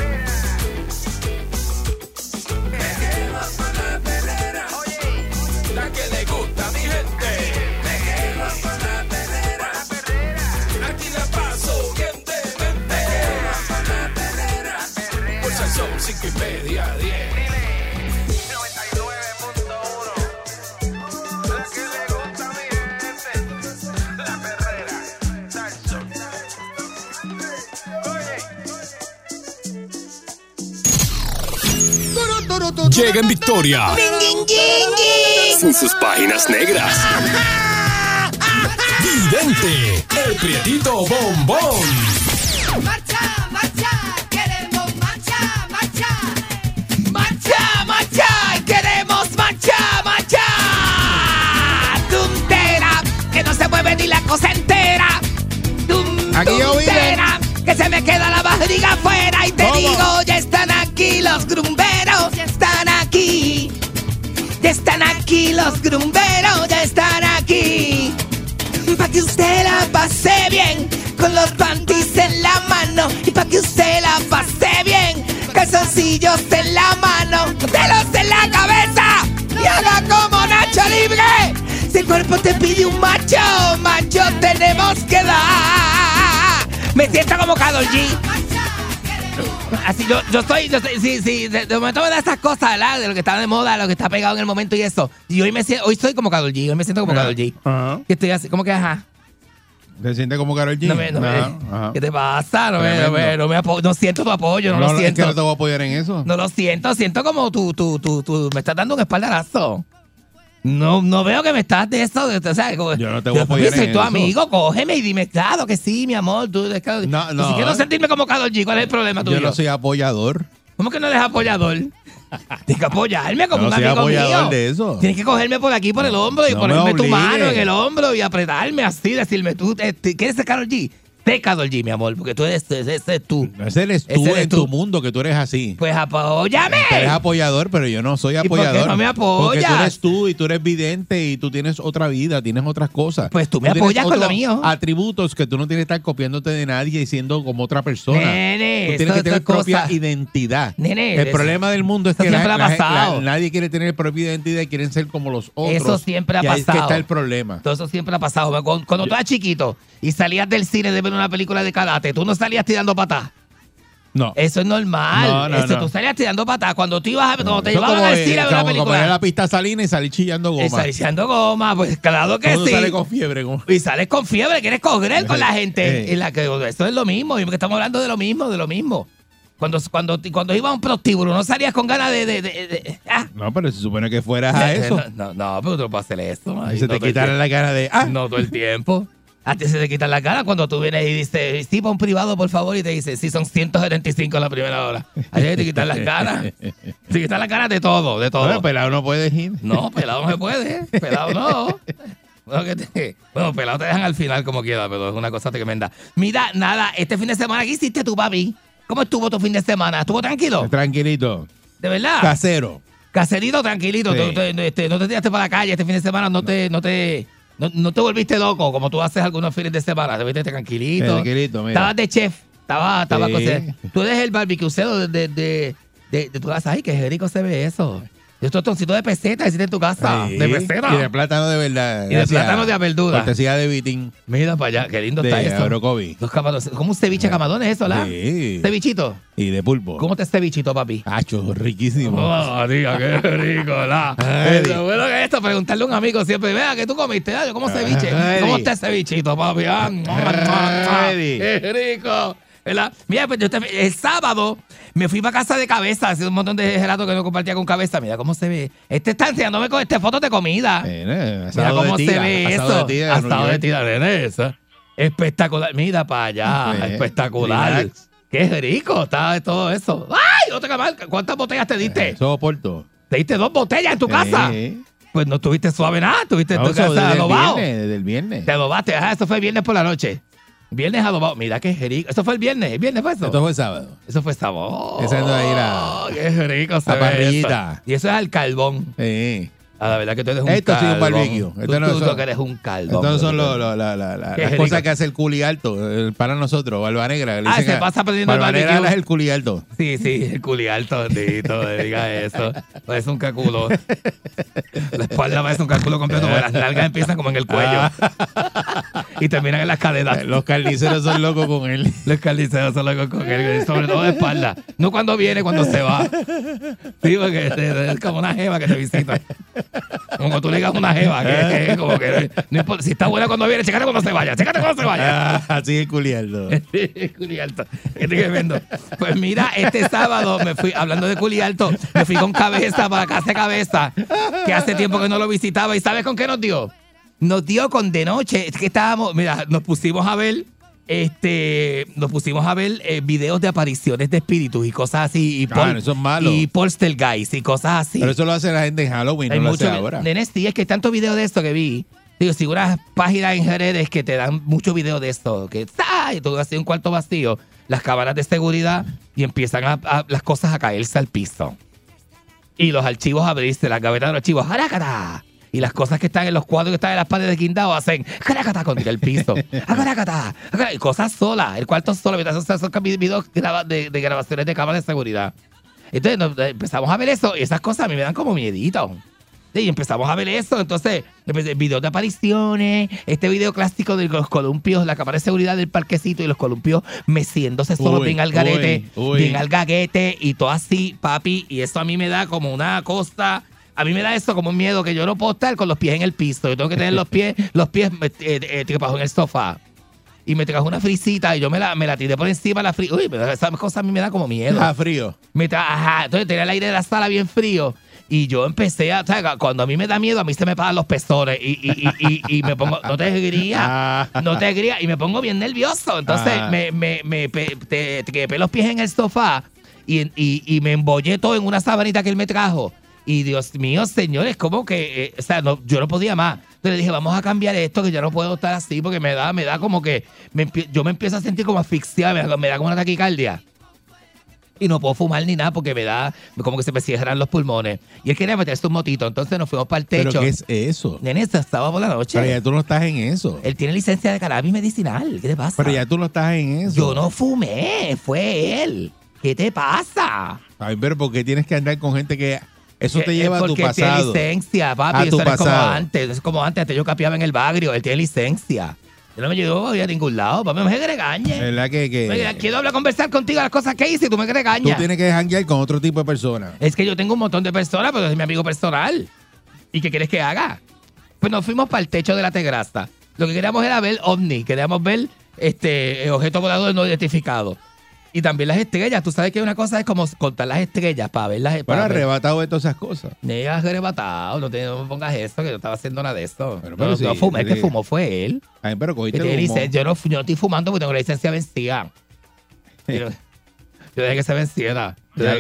Me quedo con la perrera. La que le gusta a mi gente. Me quedo con la perrera. Aquí la paso bien de mente. Me quedo con la perrera. Por Salsón 5:30 a 10. 99.1. La que le gusta a mi gente. La perrera. Salsón. Llega en victoria. Sin sus páginas negras. Vidente, el prietito bombón. Marcha, marcha, queremos marcha, marcha. Marcha, marcha, queremos marcha, marcha. Tuntera, que no se mueve ni la cosa entera. Aquí yo vi Tuntera, que se me queda la barriga afuera. Y te ¿Cómo? digo, ya están aquí los grumberos, ya están aquí. Ya están aquí los grumberos, ya están aquí. Pa' que usted la pase bien, con los panties en la mano. Y pa' que usted la pase bien, calzoncillos en la mano, pelos en la cabeza. Y haga como Nacho Libre. Si el cuerpo te pide un macho, macho tenemos que dar. Me siento como Karol G. Así yo estoy, sí, de momento me da esas cosas, ¿verdad? De lo que está de moda, lo que está pegado en el momento y eso. Y hoy hoy estoy como Karol G, hoy me siento como Karol G. Ajá. Que estoy así, como que ajá. ¿Te sientes como Karol G? Ajá. ¿Qué te pasa? Tremendo. No siento tu apoyo, no No, lo es que siento. no te voy a apoyar en eso. No lo siento como tú me estás dando un espaldarazo. No veo que me estás de eso, o sea, como, Yo no te voy a apoyar soy en tu eso. amigo, cógeme y dime, claro que sí, mi amor. No, Si quiero sentirme como Karol G, ¿cuál es el problema tuyo? Yo no soy apoyador. ¿Cómo que no eres apoyador? Tienes que apoyarme como No un soy amigo apoyador mío. de eso. Tienes que cogerme por aquí, por el hombro y No ponerme me tu mano obligues. en el hombro y apretarme así, decirme, tú, ¿quieres ser Karol G? Sé Karol G, mi amor, porque tú eres, ese eres tú. Ese eres tú Ese eres en tú. tu mundo, que tú eres así. Pues apóyame. Tú eres apoyador, pero yo no soy ¿Y por qué apoyador. no me apoyas? Porque tú eres tú y tú eres vidente y tú tienes otra vida, tienes otras cosas. Pues tú me tienes apoyas con lo otros mío. atributos que tú no tienes que estar copiándote de nadie y siendo como otra persona. Nene, tú tienes eso que es tener otra propia cosa. identidad. Nene, el problema del mundo es eso que siempre ha pasado. nadie quiere tener propia identidad y quieren ser como los otros. Eso siempre ha y ahí es que pasado. está el problema. Todo eso siempre ha pasado. Cuando tú eras chiquito y salías del cine de ver una película de karate, tú no salías tirando patas. No. Eso es normal. No. Tú salías tirando patas. Cuando tú ibas cuando te Eso llevaban como, al cine a ver una como película. poner la pista salina y salir chillando goma. Salías tirando goma, pues claro que Uno sí. sale con fiebre. Y sales con fiebre, quieres correr con la gente. Sí. Eso es lo mismo. Y porque estamos hablando de lo mismo. Cuando iba a un prostíbulo, no salías con ganas de No, pero se supone que fueras a eso. No, pero tú no puedes hacer eso. Y se te quitaron la cara de... No todo el tiempo. A ti se te quitan las ganas cuando tú vienes y dices, sí, para un privado, por favor, y te dice, sí, son 175 la primera hora. A ti te quitan las ganas. Te quitan las ganas de todo, de todo. Bueno, pelado no puedes ir. No, pelado no se puede. Pelado no. Bueno, pelado te dejan al final como quiera, pero es una cosa tremenda. Mira, nada, este fin de semana, ¿qué hiciste tú, papi? ¿Cómo estuvo tu fin de semana? ¿Estuvo tranquilo? Tranquilito. ¿De verdad? Casero. Caserito, tranquilito. Sí. No te tiraste para la calle este fin de semana, no te volviste loco como tú haces algunos fines de semana. Te viste tranquilito. Tranquilito, mira. Estabas de chef. Estaba Sí. cocinando. Tú eres el barbecuecero de tu casa. Ay, qué rico se ve eso. Estos toncitos de peseta hiciste en tu casa. Sí. De peseta. Y de plátano de verdad. Y de Gracias. plátano de verdura. Cortesía de Vitín. Mira para allá, qué lindo está De eso. Agrocovi. Los camarones. ¿Cómo un ceviche de camarones eso, la? Sí. ¿Cevichito? Y de pulpo. ¿Cómo te cevichito, papi? Hacho, riquísimo. Oh, diga, qué rico, la. Ay. Lo bueno que es esto, preguntarle a un amigo siempre, vea, ¿qué tú comiste? Yo como ceviche. Ay. ¿Cómo está el cevichito, papi? Ay. ¡Qué rico! ¿verdad? Mira, pues el sábado me fui para casa de Cabeza. Hace un montón de gelato que no compartía con Cabeza. Mira cómo se ve. Está enseñándome con fotos de comida. Mira cómo se ve eso. Asado de tira, nene, eso. Espectacular. Mira para allá. Espectacular. Relax. Qué rico está todo eso. ¡Ay! Otra marca. ¿Cuántas botellas te diste? Eso Porto. ¿Te diste 2 botellas en tu casa? Pues no estuviste suave nada. Estuviste en tu eso casa adobado. Desde el viernes. Te adobaste. Eso fue el viernes por la noche. Viernes adobado. Mira qué rico. Eso fue el viernes. ¿El viernes fue eso? Esto fue sábado. Eso fue sábado. Esa es ahí la qué rico se ve parrillita. eso. Y eso es al carbón. Sí. La verdad que tú eres un Esto sí es un carbón. barbecue. Tú lo que eres un carbón. Estos son las cosas que hace el culi alto para nosotros, Barba Negra. Se pasa perdiendo el Barba barbecue. Negra es el culi alto. Sí, el culi alto, bendito, diga eso. Parece un caculo. La espalda parece un caculo completo, porque las nalgas empiezan como en el cuello. Y terminan en las cadenas. Los carniceros son locos con él. Los carniceros son locos con él, sobre todo de espalda. No cuando viene, cuando se va. Sí, porque es como una jeva que te visita. Como tú le digas a una jeva, que como que no importa, si está buena cuando viene, chécate cuando se vaya, Así es culi alto. Culi alto. Qué tremendo. Pues mira, este sábado me fui, hablando de culi alto, me fui con Cabeza para casa de Cabeza, que hace tiempo que no lo visitaba. ¿Y sabes con qué nos dio? Nos dio con de noche. Es que estábamos, mira, nos pusimos a ver videos de apariciones de espíritus y cosas así. Eso es malo. Y poltergeist y cosas así. Pero eso lo hace la gente en Halloween, no lo hace ahora. Nene, sí, es que hay tantos videos de esto que vi. Digo, sigo unas páginas en redes que te dan muchos videos de esto. Que ¡ay! Todo así un cuarto vacío. Las cámaras de seguridad y empiezan las cosas a caerse al piso. Y los archivos a abrirse, las gavetas de los archivos. ¡Jaracata! Y las cosas que están en los cuadros que están en las paredes de guindado hacen ¡jaracata! Contra el piso. ¡Jaracata! Y cosas solas. El cuarto solo. Mientras esos videos de grabaciones de cámaras de seguridad. Entonces empezamos a ver eso. Y esas cosas a mí me dan como miedito. Y empezamos a ver eso. Entonces, videos de apariciones, este video clásico de los columpios, la cámara de seguridad del parquecito y los columpios meciéndose solos bien al garete, bien al gaguete y todo así, papi. Y eso a mí me da como una cosa. A mí me da eso como un miedo que yo no puedo estar con los pies en el piso. Yo tengo que tener los pies trepados en el sofá. Y me trajo una frisita y yo me la tiré por encima de la frisa. Uy, esa cosa a mí me da como miedo. Frío. Entonces tenía el aire de la sala bien frío. Y yo empecé a, ¿sabes? Cuando a mí me da miedo, a mí se me paran los pezones y me pongo, no te gría, y me pongo bien nervioso. Entonces me quepé los pies en el sofá y me embollé todo en una sabanita que él me trajo. Y Dios mío, señores, como que, yo no podía más. Entonces le dije, vamos a cambiar esto, que yo no puedo estar así, porque me da como que, yo me empiezo a sentir como asfixiado, me da como una taquicardia. Y no puedo fumar ni nada porque me da como que se me cierran los pulmones. Y él quería meterse un motito. Entonces nos fuimos para el techo. ¿Pero qué es eso? Nene, estaba por la noche. Pero ya tú no estás en eso. Él tiene licencia de cannabis medicinal. ¿Qué te pasa? Pero ya tú no estás en eso. Yo no fumé. Fue él. ¿Qué te pasa? Ay, pero ¿por qué tienes que andar con gente que... Eso te lleva a tu pasado? Porque tiene licencia, papi. Eso no es como antes. Eso es como antes. Antes yo capeaba en el barrio. Él tiene licencia. Yo no me llevo a ningún lado, papi, no me regañes. ¿Verdad que... Quiero hablar, conversar contigo las cosas que hice y tú me regañas. Tú tienes que janguear con otro tipo de personas. Es que yo tengo un montón de personas, pero es mi amigo personal. ¿Y qué quieres que haga? Pues nos fuimos para el techo de la Tegrasta. Lo que queríamos era ver ovni, queríamos ver objetos voladores no identificados. Y también las estrellas. Tú sabes que una cosa es como contar las estrellas para verlas. Bueno, arrebatado de todas esas cosas. Negas arrebatado. No me pongas eso, que yo no estaba haciendo nada de eso. Pero sí, no fumé, el que fumó fue él. Ay, pero cogiste yo no estoy fumando porque tengo la licencia vencida. Yo dejé que se venciera.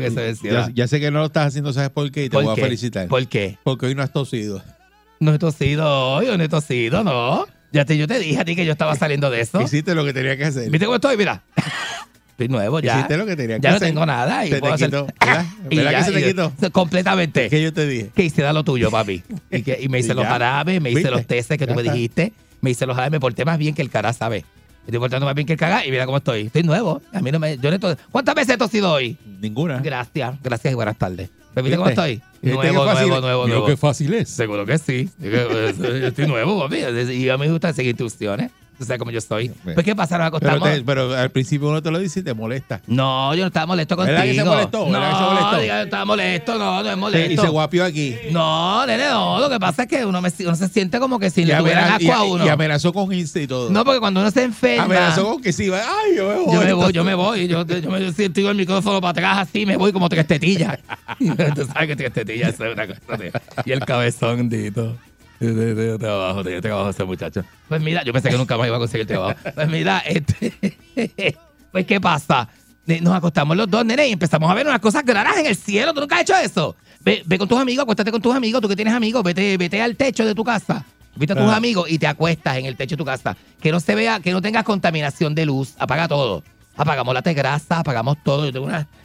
Ya sé que no lo estás haciendo, ¿sabes por qué? Y te voy a felicitar. ¿Por qué? Porque hoy no has tosido. No he tosido hoy, no he tosido, ¿no? Yo te dije a ti que yo estaba saliendo de eso. Hiciste lo que tenía que hacer. ¿Viste cómo estoy? Mira. Estoy nuevo ya. Hiciste lo que tenía que hacer. hacer. Ya no tengo nada. Se te quitó. ¿Verdad que se te quitó? Completamente. ¿Qué yo te dije? Que hiciera lo tuyo, papi. Y me hice los jarabes, me hice los testes que tú me dijiste. Me hice los jarabes, me porté más bien que el cara, ¿sabes? Me estoy portando más bien que el caga y mira cómo estoy. Estoy nuevo. A mí no me... ¿Cuántas veces he tosido hoy? Ninguna. Gracias y buenas tardes. ¿Viste cómo estoy? Nuevo. Qué fácil es. Seguro que sí. Yo estoy nuevo, papi. Y a mí me gusta seguir instrucciones. Tú sabes cómo yo estoy. Pues. Pues, ¿qué pasa? Nos acostamos. Pero al principio uno te lo dice y te molesta. No, yo no estaba molesto contigo. ¿Verdad que se molestó? ¿Verdad que se molestó? No, diga, yo estaba molesto, no es molesto. Y se guapió aquí. No, nene, no. Lo que pasa es que uno se siente como que si le tuvieran asco a uno. Y amenazó con irse y todo. No, porque cuando uno se enferma. Amenazó con que sí, ay, yo me voy. Yo me voy. Yo me siento el micrófono para atrás así, me voy como tequestetilla. Tú sabes que tequestetilla es una cosa. Y el cabezón, Dito. Yo trabajo ese muchacho. Pues mira, yo pensé que nunca más iba a conseguir trabajo. Pues mira, pues ¿qué pasa? Nos acostamos los dos, nene, y empezamos a ver unas cosas raras en el cielo. ¿Tú nunca has hecho eso? Ve con tus amigos, acuéstate con tus amigos. Tú que tienes amigos, vete al techo de tu casa. Vete a tus amigos y te acuestas en el techo de tu casa. Que no se vea, que no tengas contaminación de luz. Apaga todo. Apagamos la tegrasa, apagamos todo. Yo tengo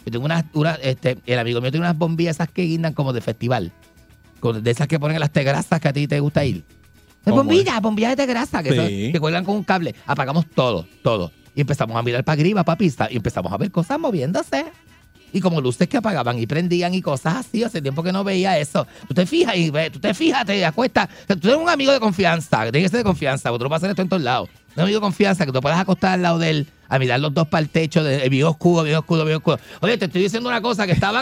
el amigo mío tiene unas bombillas esas que guindan como de festival. De esas que ponen en las tegrasas que a ti te gusta ir. Bombillas de tegrasa que cuelgan con un cable. Apagamos todo. Y empezamos a mirar para arriba, para pista, y empezamos a ver cosas moviéndose. Y como luces que apagaban y prendían y cosas así. Hace tiempo que no veía eso. Tú te fijas, te acuestas. O sea, tú tienes un amigo de confianza, que tiene que ser de confianza, porque tú no vas a hacer esto en todos lados. Un amigo de confianza que tú puedas acostar al lado de él a mirar los dos para el techo, de bien oscuro. Oye, te estoy diciendo una cosa, que estaba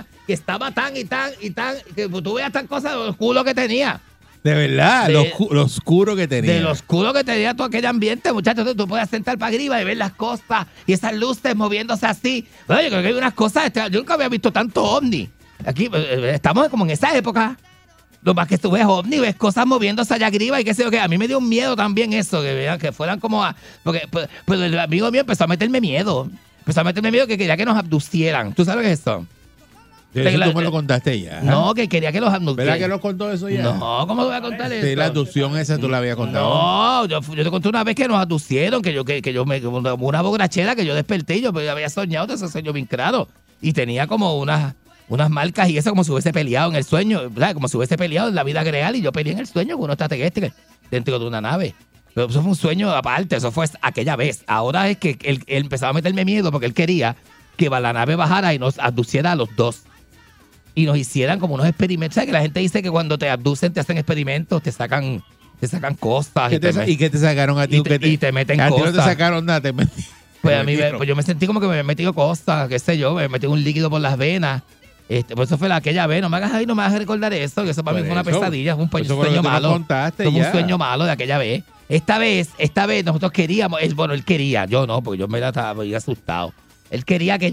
tan, que tú veas tan cosas de lo oscuro que tenía. De verdad, lo oscuro que tenía. De lo oscuro que tenía todo aquel ambiente, muchachos. Tú puedes sentar para arriba y ver las cosas y esas luces moviéndose así. Oye, yo creo que hay unas cosas, yo nunca había visto tanto ovni. Aquí estamos como en esa época. Lo más que tú ves ovni, ves cosas moviéndose allá arriba y qué sé yo qué. A mí me dio un miedo también eso, que fueran como porque pues el amigo mío empezó a meterme miedo. Que quería que nos abducieran. ¿Tú sabes lo que es eso? Eso tú me lo contaste ya. No, que quería que los abducieran. ¿Verdad que nos contó eso ya? No, ¿cómo te voy a contar eso? Sí, la abducción esa tú la habías contado. No, yo te conté una vez que nos abducieron, que yo me una borrachera que yo desperté y yo había soñado de ese sueño bien claro. Y tenía como unas marcas y eso como si hubiese peleado en el sueño, ¿verdad? Como si hubiese peleado en la vida real y yo peleé en el sueño con unos extraterrestres dentro de una nave. Pero eso fue un sueño aparte, eso fue aquella vez. Ahora es que él empezaba a meterme miedo porque él quería que la nave bajara y nos abduciera a los dos. Y nos hicieran como unos experimentos. ¿Sabes que la gente dice que cuando te abducen te hacen experimentos, te sacan cosas? ¿Y qué te sacaron a ti? Y te meten cosas. A ti no te sacaron nada, te metí. Pues a mí yo me sentí como que me habían metido cosas, qué sé yo, me metí un líquido por las venas. Por eso fue aquella vez, no me hagas recordar eso, que eso para mí fue una pesadilla, fue un sueño malo. Fue un sueño malo de aquella vez. Esta vez nosotros queríamos, él quería, yo no, porque yo me estaba asustado. Él quería que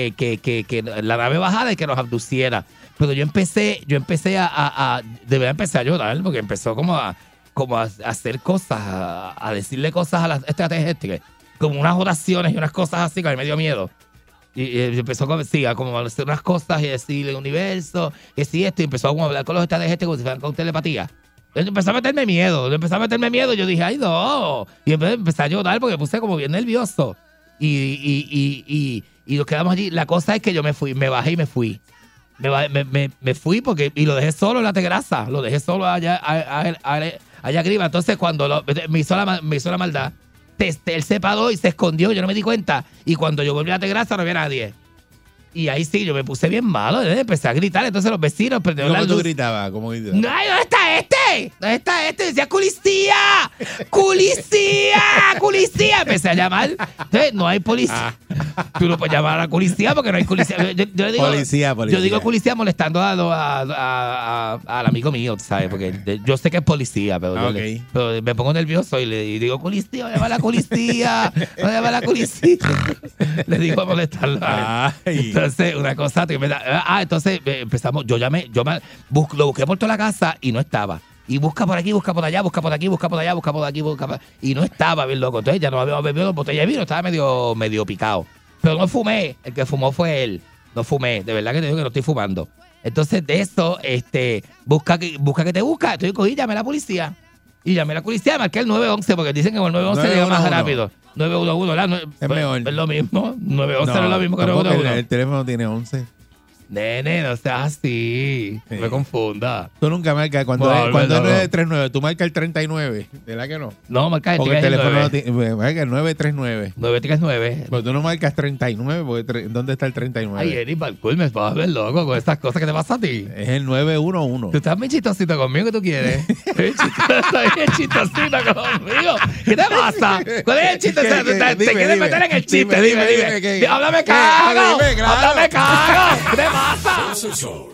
que la nave bajara y que nos abduciera. Pero yo empecé de verdad empecé a llorar, porque empezó como a hacer cosas, a decirle cosas a las extraterrestres, como unas oraciones y unas cosas así que a mí me dio miedo. Y empezó como a hacer unas cosas y decirle universo, que sí esto, y empezó a hablar con los extraterrestres como si fueran con telepatía. Entonces empezó a meterme miedo, yo dije, ay no, y empecé a llorar porque me puse como bien nervioso. Y nos quedamos allí. La cosa es que yo me bajé y me fui. Me fui porque y lo dejé solo en la tegrasa, lo dejé solo allá arriba. Entonces cuando me hizo la maldad, él se paró y se escondió, yo no me di cuenta. Y cuando yo volví a la tegrasa no había nadie. Y ahí sí, yo me puse bien malo, empecé a gritar. Entonces los vecinos prendieron la luz. ¿Cómo tú gritabas? ¿Cómo gritabas? ¡Ay, ¿dónde está este? ¿Dónde está este? Decía, ¡Culicía! Empecé a llamar. Entonces, no hay policía. Tú no puedes llamar a la policía porque no hay policía. Yo digo, policía. Yo digo policía molestando al amigo mío, ¿sabes? Porque yo sé que es policía, pero, pero me pongo nervioso y digo, policía, llama a la policía. Le digo a molestarlo. Entonces, una cosa tremenda. Entonces empezamos, lo busqué por toda la casa y no estaba. Y busca por aquí, busca por allá, busca por aquí, busca por allá, busca por aquí, y no estaba bien loco. Entonces ya no habíamos bebido la botella de vino, estaba medio picado. Pero no fumé, el que fumó fue él. No fumé, de verdad que te digo que no estoy fumando. Entonces de eso, busca que te busca. Entonces cogí, llamé a la policía. Y llamé a la policía, marqué el 911, porque dicen que el 911 llega más rápido. 911, ¿verdad? Es mejor. Es lo mismo. 911 no es lo mismo que 911. El teléfono tiene 11. Nene, no seas así. No me confunda. Tú nunca marcas. Cuando No, es 939, tú marcas el 39. ¿Verdad que no? No, marca el Porque el 9. teléfono no tiene. Marca el 939. 939. Pero tú no marcas 39. Porque ¿dónde está el 39? Ay, Eddie Balcour, me vas a ver loco con estas cosas que te pasa a ti. Es el 911. Tú estás bien chistosito conmigo, ¿qué tú quieres? Estás bien chistosito conmigo. ¿Qué te pasa? ¿Cuál es el chiste? ¿Te quieres meter en el chiste? Dime. Háblame cago. Dime, claro. Háblame cago. ¿Qué te pasa? Pulsa el sol.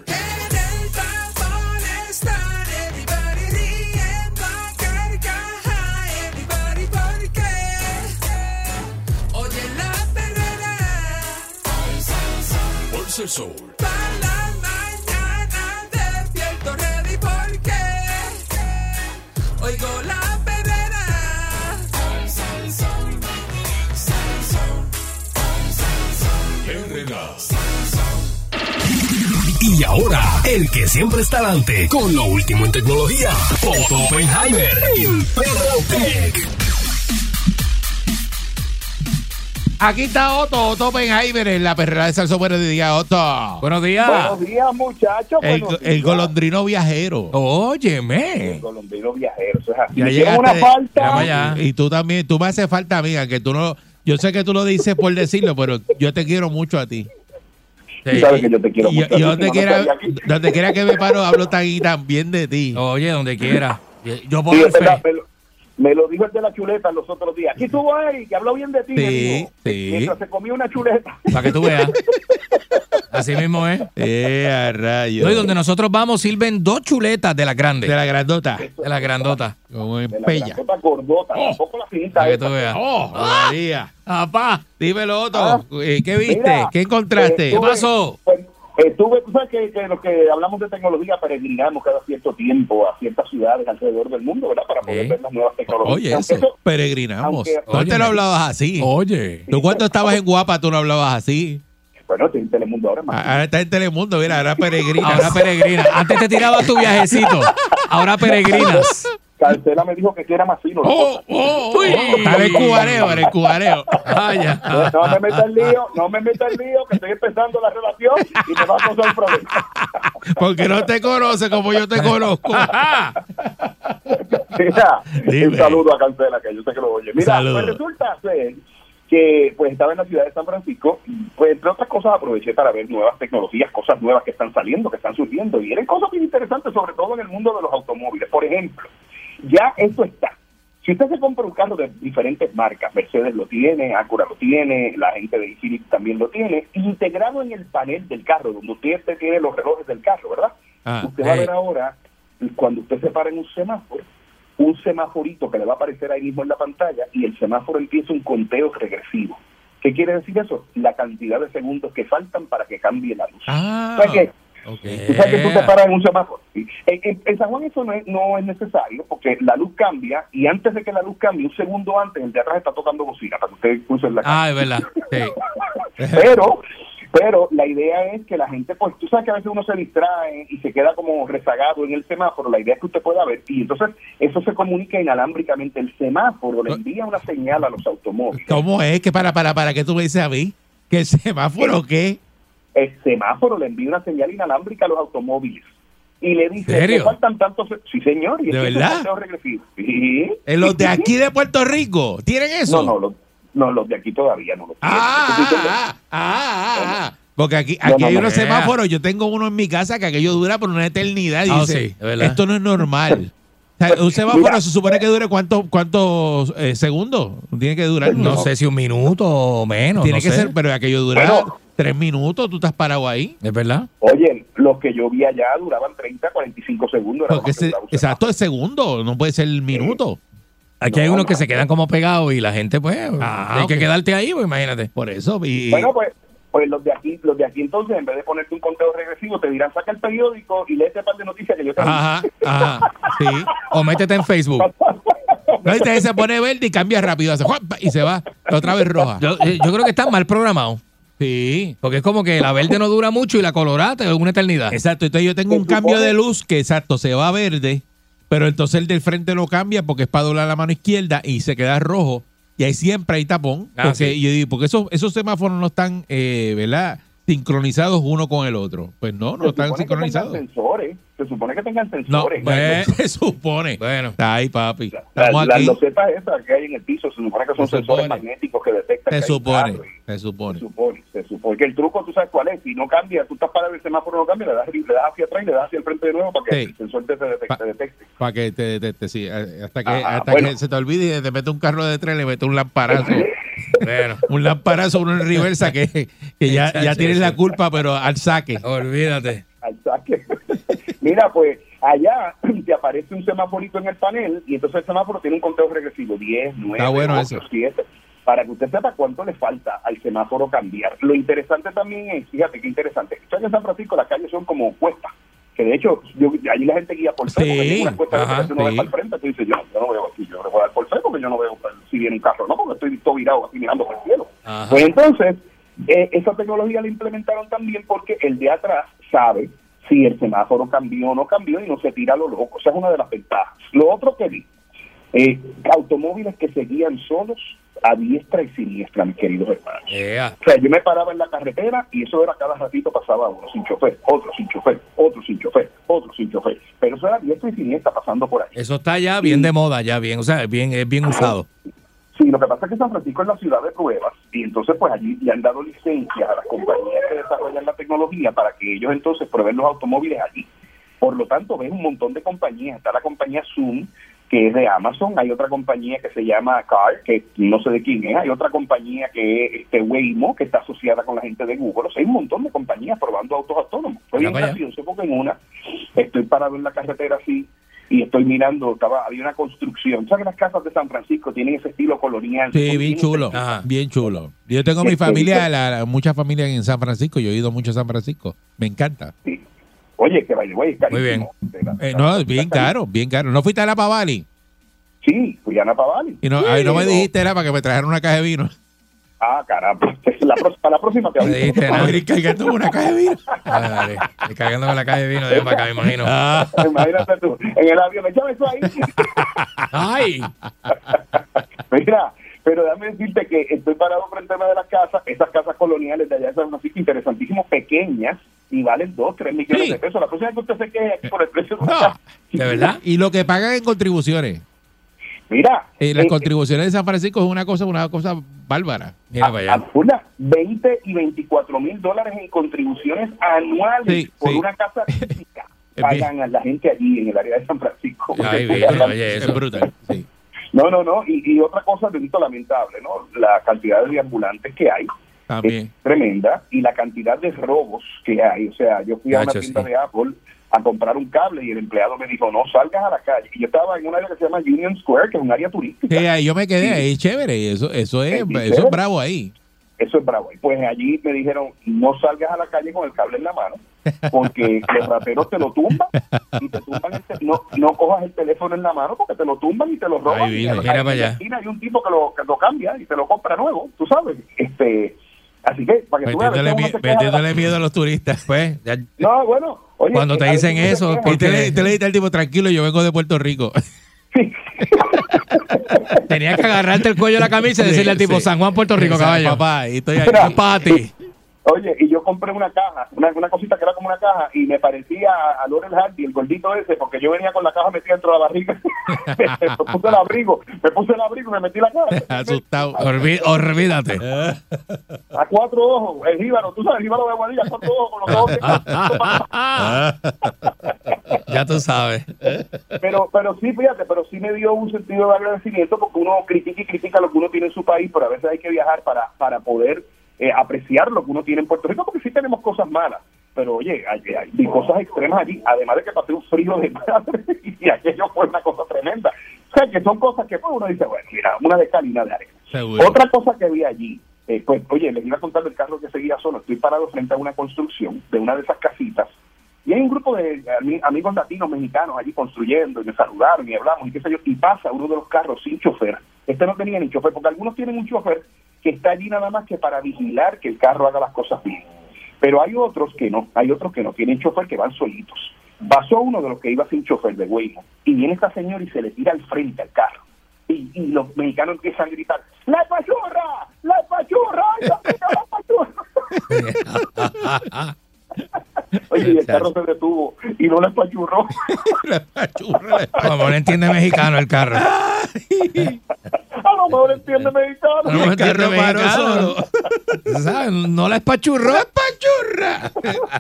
Pulsa el sol. Herrera. Y ahora, el que siempre está adelante con lo último en tecnología, Otto Oppenheimer, el Perro Tech. Aquí está Otto Oppenheimer en la perrera de Salso. Buenos días, Otto. Buenos días. Buenos días, muchachos. El golondrino viajero. Óyeme. El golondrino viajero, eso es así. Ya Me hicieron llegaste. una falta. Vamos allá. Y tú también, tú me hace falta, amiga, que tú no. Yo sé que tú lo dices por decirlo, pero yo te quiero mucho a ti. Tú sabes que yo te quiero mucho. Y donde quiera que me paro, hablo tan bien de ti. Oye, donde quiera. Yo Sí, puedo es verdad, fe. me lo dijo el de la chuleta los otros días. Aquí estuvo Eric, que habló bien de ti. Sí, me dijo, sí. Mientras se comía una chuleta. Para que tú veas. Así mismo es. A rayos. No, y donde nosotros vamos sirven 2 chuletas de las grandes. De la grandota. De las grandotas. Como en De la pella. grandota gordota, tampoco la finita. Para que esa. tú veas. ¡Oh, María! ¡Apá! Dímelo, Otto. Ah. ¿Qué viste? Mira, ¿Qué encontraste? ¿Qué pasó? Pues, tú sabes que lo que hablamos de tecnología, peregrinamos cada cierto tiempo a ciertas ciudades alrededor del mundo, ¿verdad? Para poder Sí. ver las nuevas tecnologías. Oye, Aunque eso. Peregrinamos. aunque- ¿Tú antes Óyeme. no hablabas así? Oye. ¿Tú cuando estabas en Guapa tú no hablabas así? Bueno, estoy en Telemundo ahora más. Ahora estás en Telemundo, mira, ahora peregrinas. Ahora peregrina. Antes te tirabas tu viajecito. Ahora peregrinas. Cancela me dijo que era más fino. Uy. Está en el cubareo, en el cubareo. Vaya. No me meta el lío, que estoy empezando la relación y me va a causar un problema. Porque no te conoce como yo te conozco. Mira, Dime. un saludo a Cancela, que yo sé que lo oye. Mira, Saludos. pues resulta ser que pues estaba en la ciudad de San Francisco, pues entre otras cosas aproveché para ver nuevas tecnologías, cosas nuevas que están saliendo, que están surgiendo, y eran cosas bien interesantes, sobre todo en el mundo de los automóviles. Por ejemplo, ya esto está. Si usted se compra un carro de diferentes marcas, Mercedes lo tiene, Acura lo tiene, la gente de Infiniti también lo tiene, integrado en el panel del carro, donde usted tiene los relojes del carro, ¿verdad? Ah, Usted va a ver ahora, cuando usted se para en un semaforito que le va a aparecer ahí mismo en la pantalla, y el semáforo empieza un conteo regresivo. ¿Qué quiere decir eso? La cantidad de segundos que faltan para que cambie la luz. Ah, O sea que, ok. tú sabes que tú te paras en un semáforo. ¿Sí? En San Juan eso no es necesario, porque la luz cambia, y antes de que la luz cambie, un segundo antes, el de atrás está tocando bocina para que usted cruce la calle. Ah, es verdad. Sí. Pero la idea es que la gente, pues tú sabes que a veces uno se distrae y se queda como rezagado en el semáforo. La idea es que usted pueda ver, y entonces eso se comunica inalámbricamente. El semáforo le envía una señal a los automóviles. ¿Cómo es que para qué tú me dices a mí? ¿Que el semáforo qué? El semáforo le envía una señal inalámbrica a los automóviles y le dice ¿Serio? que faltan tantos. Sí, señor. Y ¿De empieza verdad? un conteo regresivo. Sí. ¿En los de aquí de Puerto Rico tienen eso? No, los de aquí todavía no lo tienen. Porque aquí No, hay no, unos no. semáforos. Yo tengo uno en mi casa que aquello dura por una eternidad. Y Ah, dice, sí, es verdad. esto no es normal. O sea, un semáforo Mira. se supone que dure cuántos segundos. Tiene que durar. No sé si un minuto o menos. Tiene no que sé. ser, pero aquello dura Bueno. 3 minutos. Tú estás parado ahí. ¿Es verdad? Oye, los que yo vi allá duraban 30, 45 segundos. Era Porque lo más que duraba un exacto, es segundo. No puede ser minuto. Aquí hay unos que se quedan como pegados y la gente, pues, hay ok. que quedarte ahí, pues imagínate. Por eso. Y, Bueno, pues los de aquí entonces, en vez de ponerte un conteo regresivo, te dirán, saca el periódico y léete un par de noticias que yo te ajá, sí. O métete en Facebook. No, y se pone verde y cambia rápido. Hace ¡juap! Y se va. Otra vez roja. Yo creo que están mal programados. Sí. Porque es como que la verde no dura mucho y la colorada es una eternidad. Exacto. Entonces yo tengo un Se cambio supone- de luz que, exacto, se va a verde, pero entonces el del frente lo cambia porque es para doblar la mano izquierda y se queda rojo. Y ahí siempre hay tapón. Ah, Porque sí. yo digo, porque esos semáforos no están, ¿verdad? sincronizados uno con el otro. Pues no están sincronizados. Se supone que tengan No, sensores. se supone. Bueno. Ay, papi. Las Estamos aquí. losetas esas que hay en el piso, se supone que son Se sensores supone. magnéticos que detectan Se que hay un supone. carro y- Se supone. Se supone que el truco, tú sabes cuál es. Si no cambia, tú estás parado en el semáforo, no cambia, le das hacia atrás y le das hacia el frente de nuevo para que Sí. el sensor te detecte. Para que te detecte, sí. Hasta que, Ajá, hasta bueno. que se te olvide y te mete un carro de tren, le mete un lamparazo. Bueno, Un lamparazo, uno en reversa que ya tienes la culpa, pero al saque. olvídate. Al saque. Mira, pues allá te aparece un semaforito en el panel y entonces el semáforo tiene un conteo regresivo, 10, 9, Está bueno 8, eso. 7, para que usted sepa cuánto le falta al semáforo cambiar. Lo interesante también es, fíjate qué interesante, esto en San Francisco las calles son como cuestas, que de hecho allí la gente guía por fe, Sí, porque hay unas cuestas ajá, que uno ve sí. para el frente, tú dices, yo no veo aquí, yo no voy a dar por fe porque yo no veo si viene un carro, no, porque estoy todo virado así mirando por el cielo. Ajá. Pues entonces, esa tecnología la implementaron también porque el de atrás sabe si el semáforo cambió o no cambió y no se tira a lo loco. Esa es una de las ventajas. Lo otro que vi, automóviles que se guían solos a diestra y siniestra, mis queridos hermanos. Yeah. O sea, yo me paraba en la carretera y eso era cada ratito pasaba uno sin chofer, otro sin chofer, otro sin chofer, otro sin chofer. Pero eso era diestra y siniestra pasando por ahí. Eso está ya bien de moda, ya bien, o sea, es bien usado. Sí, lo que pasa es que San Francisco es la ciudad de pruebas y entonces pues allí le han dado licencias a las compañías que desarrollan la tecnología para que ellos entonces prueben los automóviles allí. Por lo tanto, ves un montón de compañías. Está la compañía Zoom, que es de Amazon. Hay otra compañía que se llama Car, que no sé de quién es. Hay otra compañía que es Waymo, que está asociada con la gente de Google. O sea, hay un montón de compañías probando autos autónomos. Fue bien Mira para gracioso porque en una estoy parado en la carretera así y estoy mirando, había una construcción. ¿Sabes que las casas de San Francisco tienen ese estilo colonial? Sí, Son bien chulo. Ajá. Bien chulo. Yo tengo mi familia, mucha familia en San Francisco. Yo he ido mucho a San Francisco. Me encanta. Sí. Oye, que vaya, güey, es carísimo. No, es bien caro, bien caro. ¿No fuiste a Napa Valley? Sí, fui a Napa Valley. Y no, ahí no me dijiste era para que me trajeran una caja de vino. Ah, caramba. Para la próxima te No aviso. dijiste nada. A ver, cargando una caja de vino. Dale, estoy cagando con la calle de vino de para acá, me imagino. Imagínate tú, en el avión, échame eso ahí. ¡Ay! Mira, pero déjame decirte que estoy parado frente a una de las casas, esas casas coloniales de allá de San Francisco, interesantísimas, pequeñas, y valen 2, 3 millones Sí. de pesos. La próxima que usted se queje aquí por el precio de No. una casa. ¿De verdad? Y lo que pagan en contribuciones. Mira, Las contribuciones de San Francisco es una cosa bárbara. Mira para allá. Una, 20 y 24 mil dólares en contribuciones anuales Sí, por sí. una casa física. Es Pagan a la gente allí en el área de San Francisco. Ay, Porque- bien, oye, Es eso. brutal. Sí. No. Y otra cosa, delito lamentable, ¿no? La cantidad de ambulantes que hay También. es tremenda y la cantidad de robos que hay. O sea, yo fui a una Nacho, tienda sí. de Apple a comprar un cable y el empleado me dijo, no salgas a la calle. Y yo estaba en un área que se llama Union Square, que es un área turística. Sí, ahí yo me quedé ahí, chévere. Y eso es bravo ahí. Eso es bravo. Y pues allí me dijeron, no salgas a la calle con el cable en la mano, porque los rateros te lo tumban y te tumban no cojas el teléfono en la mano porque te lo tumban y te lo roban. Ay, Y mira, en mira la para allá. esquina hay un tipo que lo cambia y te lo compra nuevo, tú sabes. Así que, para que tú veas, Metiéndole, uno se queja- metiéndole miedo a los turistas. Pues, ya- No, bueno. Oye, Cuando te a dicen veces eso, uno se ¿por queja. qué? Y te le dijiste al tipo, tranquilo, yo vengo de Puerto Rico. tenías que agarrarte el cuello de la camisa y decirle al tipo, Sí. San Juan, Puerto Rico, Exacto, caballo. Papá, ahí estoy Mira. aquí. Para ti. Oye, y yo compré una caja, una cosita que era como una caja, y me parecía a Laurel Hardy, el gordito ese, porque yo venía con la caja metida dentro de la barriga. me puse el abrigo y me metí la caja. Asustado. Olvídate. A 4 ojos, el jíbaro, tú sabes, el jíbaro de Guadilla, a 4 ojos, con los ojos Ya tú sabes. pero sí, fíjate, pero sí me dio un sentido de agradecimiento porque uno critica y critica lo que uno tiene en su país, pero a veces hay que viajar para poder apreciar lo que uno tiene en Puerto Rico, porque sí tenemos cosas malas, pero oye, hay cosas extremas allí, además de que pasé un frío de madre y aquello fue una cosa tremenda. O sea, que son cosas que pues, uno dice, bueno, mira, una de cal y una de arena. Seguro. Otra cosa que vi allí, pues, oye, les iba a contar del carro que seguía solo. Estoy parado frente a una construcción de una de esas casitas y hay un grupo de amigos latinos, mexicanos allí construyendo y me saludaron y hablamos y qué sé yo, y pasa uno de los carros sin chofer. Este no tenía ni chofer, porque algunos tienen un chofer que está allí nada más que para vigilar que el carro haga las cosas bien. Pero hay otros que no tienen chofer, que van solitos. Pasó uno de los que iba sin chofer de Waymo y viene esta señora y se le tira al frente al carro. Y los mexicanos empiezan a gritar, ¡la pachorra! ¡La pachorra! ¡La pachorra! Oye, y el carro se detuvo y no le espachurró. Como no entiende mexicano el carro. A lo mejor entiende mexicano. No El entiende carro paró mexicano. solo. ¿Sabes? No la espachurró. ¡Espachurra!